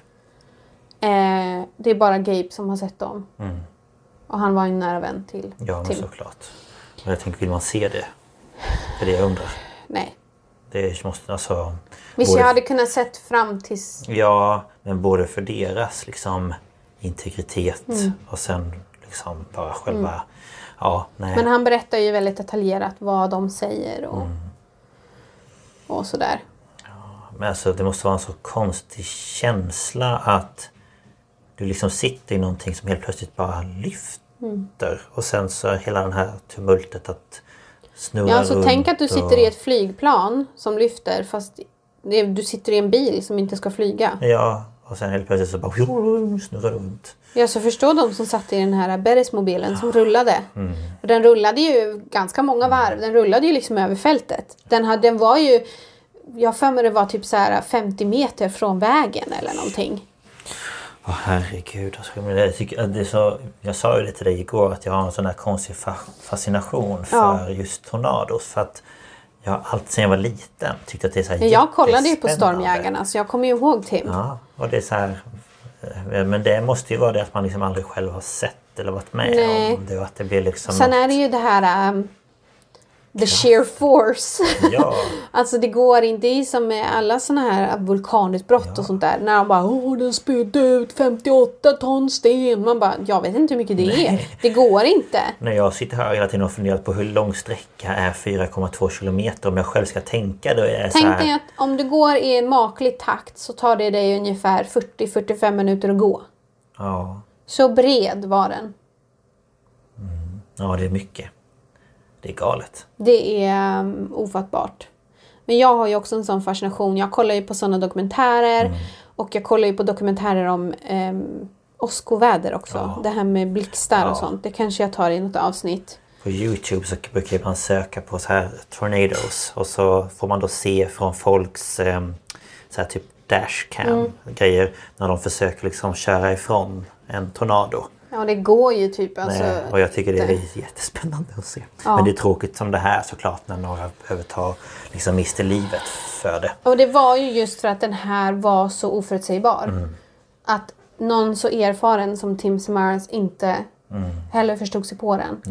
Det är bara Gabe som har sett dem. Och han var en nära vän till Tim. Ja, men såklart. Och jag tänker, vill man se det? För det jag undrar. Nej. Det måste alltså... Visst, jag hade kunnat sett fram tills... Ja, men både för deras liksom integritet och sen liksom bara själva... Ja, nej. Men han berättar ju väldigt detaljerat vad de säger och sådär. Men alltså det måste vara en så konstig känsla att du liksom sitter i någonting som helt plötsligt bara lyfter. Och sen så hela den här tumultet att snurra Ja, så runt. tänk att du sitter i ett flygplan som lyfter fast du sitter i en bil som inte ska flyga. Ja, och sen helt plötsligt så bara snurrar runt. Ja, så förstår de som satt i den här Beresmobilen som rullade. Och den rullade ju ganska många varv. Den rullade ju liksom över fältet. Den var ju... Jag för mig det var typ så här 50 meter från vägen eller någonting. Åh herregud. Jag sa ju det till dig igår att jag har en sån här konstig fascination för just tornados. För att jag alltid sedan jag var liten tyckte att det är så här jag kollade ju på Stormjägarna så jag kommer ju ihåg Tim. Ja, och det är så här... Men det måste ju vara det att man liksom aldrig själv har sett eller varit med om det. Och att det blir liksom sen är det ju det här... The sheer force. Ja. Alltså det går inte i som med alla såna här vulkanutbrott och sånt där. När de bara, den spydde ut 58 ton sten. Man bara, jag vet inte hur mycket det är. Det går inte. När jag sitter här hela tiden och funderar på hur lång sträcka är 4,2 kilometer. Om jag själv ska tänka då är Tänk så här... dig att om du går i en maklig takt så tar det dig ungefär 40-45 minuter att gå. Ja. Så bred var den. Ja, det är mycket. Det är galet. Det är ofattbart. Men jag har ju också en sån fascination. Jag kollar ju på såna dokumentärer. Och jag kollar ju på dokumentärer om åskoväder också. Ja. Det här med blixtar och sånt. Det kanske jag tar i något avsnitt. På YouTube så brukar man söka på så här tornadoes. Och så får man då se från folks så här typ dashcam grejer. När de försöker liksom köra ifrån en tornado. Ja, det går ju typ. Alltså, nej, och jag tycker det är jättespännande att se. Ja. Men det är tråkigt som det här såklart när några behöver ta liksom mister livet för det. Och det var ju just för att den här var så oförutsägbar. Att någon så erfaren som Tim Samaras inte heller förstod sig på den.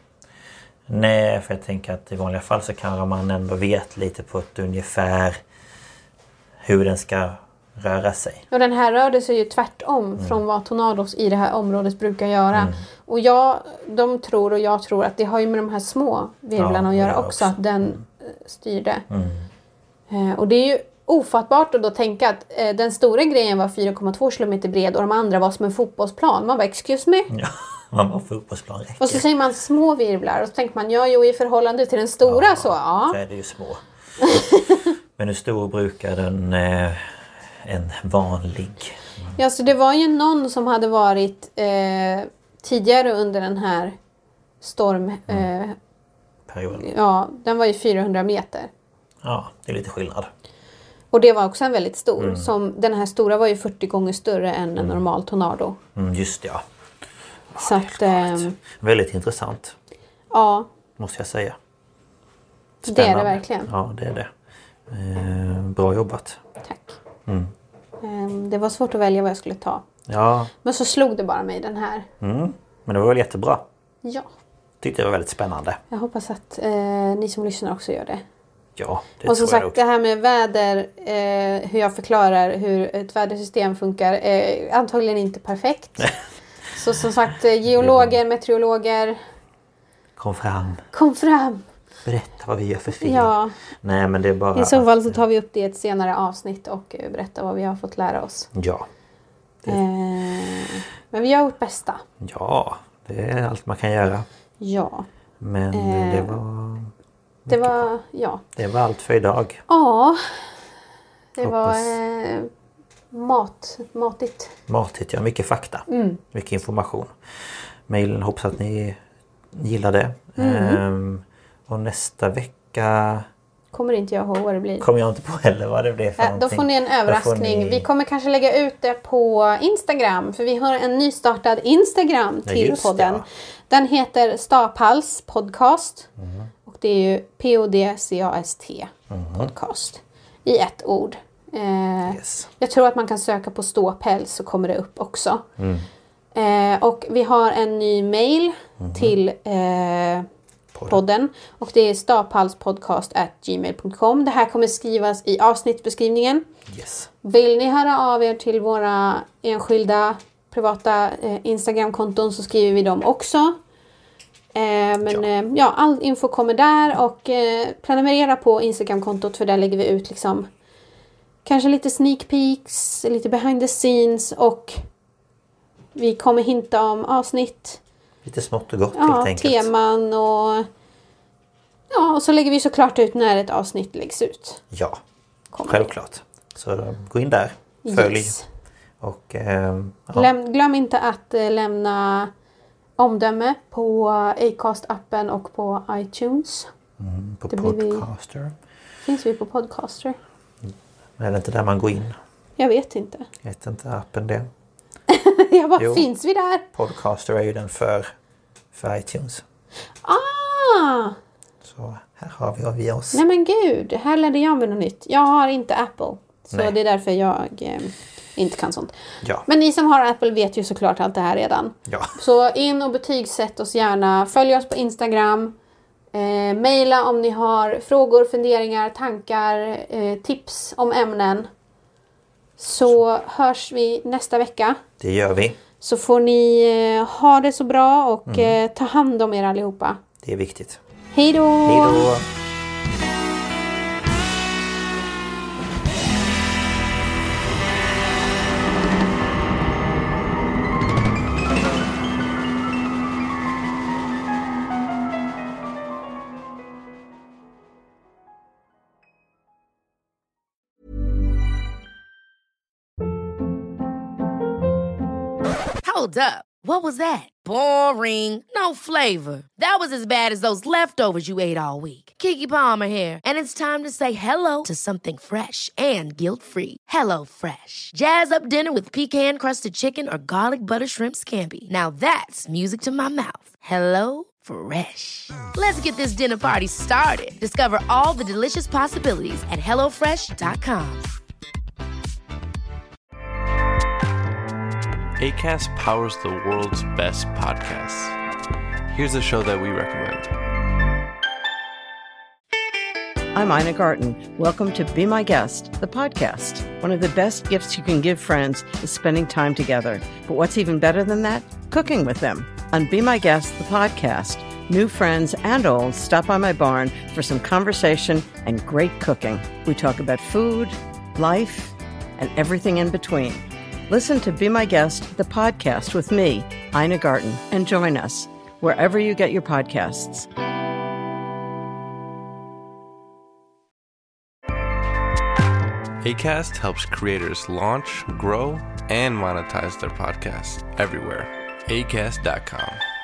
Nej, för jag tänker att i vanliga fall så kanske man ändå vet lite på ett ungefär hur den ska röra sig. Och den här rörde sig ju tvärtom från vad tornados i det här området brukar göra. Och jag tror att det har ju med de här små virvlarna att göra också. Att den styrde. Och det är ju ofattbart att då tänka att den stora grejen var 4,2 kilometer bred och de andra var som en fotbollsplan. Man bara, excuse me? Ja, man bara fotbollsplan räcker. Och så säger man små virvlar och så tänker man, i förhållande till den stora så är det ju små. Men hur stor brukar den... en vanlig. Ja, så det var ju någon som hade varit tidigare under den här perioden. Ja, den var ju 400 meter. Ja, det är lite skillnad. Och det var också en väldigt stor. Som, den här stora var ju 40 gånger större än en normal tornado. Just det, ja. Så att, väldigt intressant. Ja. Måste jag säga. Spännande. Det är det verkligen. Ja, det är det. Bra jobbat. Tack. Det var svårt att välja vad jag skulle ta. Ja. Men så slog det bara mig den här. Men det var väl jättebra. Ja. Tyckte det var väldigt spännande. Jag hoppas att ni som lyssnar också gör det. Ja, det och som tror jag sagt, också. det här med väder, hur jag förklarar hur ett vädersystem funkar, är antagligen inte perfekt. Så som sagt, geologer, meteorologer, kom fram. Berätta vad vi gör för fel. Ja. Nej, men det är bara... I så fall så tar vi upp det i ett senare avsnitt och berättar vad vi har fått lära oss. Ja. Men vi har gjort bästa. Ja, det är allt man kan göra. Ja. Men det var, ja. Det var allt för idag. Ja. Det Hoppas. var matigt. Matigt, ja. Mycket fakta. Mycket information. Mailen, hoppas att ni gillar det. Och nästa vecka... Kommer inte jag ihåg vad det blir. Kommer jag inte på heller vad det blir för någonting. Då får ni en överraskning. Vi kommer kanske lägga ut det på Instagram. För vi har en nystartad Instagram till podden. Ja. Den heter Staphals podcast. Och det är ju podcast podcast. I ett ord. Jag tror att man kan söka på ståpäls så kommer det upp också. Och vi har en ny mail till podden. Och det är staphalspodcast@gmail.com. Det här kommer skrivas i avsnittsbeskrivningen. Yes. Vill ni höra av er till våra enskilda privata Instagram-konton så skriver vi dem också. All info kommer där och prenumerera på Instagram-kontot för där lägger vi ut liksom kanske lite sneak peeks, lite behind the scenes och vi kommer hinta om avsnitt. Lite smått och gott helt enkelt. Teman och så lägger vi såklart ut när ett avsnitt läggs ut. Ja, självklart. Så gå in där, följ. Yes. Och, Glöm inte att lämna omdöme på Acast-appen och på iTunes. På Podcaster. Finns vi på Podcaster? Men är det inte där man går in? Jag vet inte. Jag vet inte appen det. Jag bara, finns vi där? Podcaster är ju den för iTunes. Så här har vi oss. Nej men gud, här lärde jag mig något nytt. Jag har inte Apple. Så det är därför jag inte kan sånt. Ja. Men ni som har Apple vet ju såklart allt det här redan. Ja. Så in och betygsätt oss gärna. Följ oss på Instagram. Maila om ni har frågor, funderingar, tankar, tips om ämnen. Så hörs vi nästa vecka. Det gör vi. Så får ni ha det så bra och ta hand om er allihopa. Det är viktigt. Hej då! Hej då! Hold up. What was that? Boring. No flavor. That was as bad as those leftovers you ate all week. Keke Palmer here, and it's time to say hello to something fresh and guilt-free. Hello Fresh. Jazz up dinner with pecan-crusted chicken or garlic butter shrimp scampi. Now that's music to my mouth. Hello Fresh. Let's get this dinner party started. Discover all the delicious possibilities at hellofresh.com. Acast powers the world's best podcasts. Here's a show that we recommend. I'm Ina Garten. Welcome to Be My Guest, the podcast. One of the best gifts you can give friends is spending time together. But what's even better than that? Cooking with them. On Be My Guest, the podcast, new friends and old stop by my barn for some conversation and great cooking. We talk about food, life, and everything in between. Listen to Be My Guest, the podcast with me, Ina Garten, and join us wherever you get your podcasts. Acast helps creators launch, grow, and monetize their podcasts everywhere. Acast.com.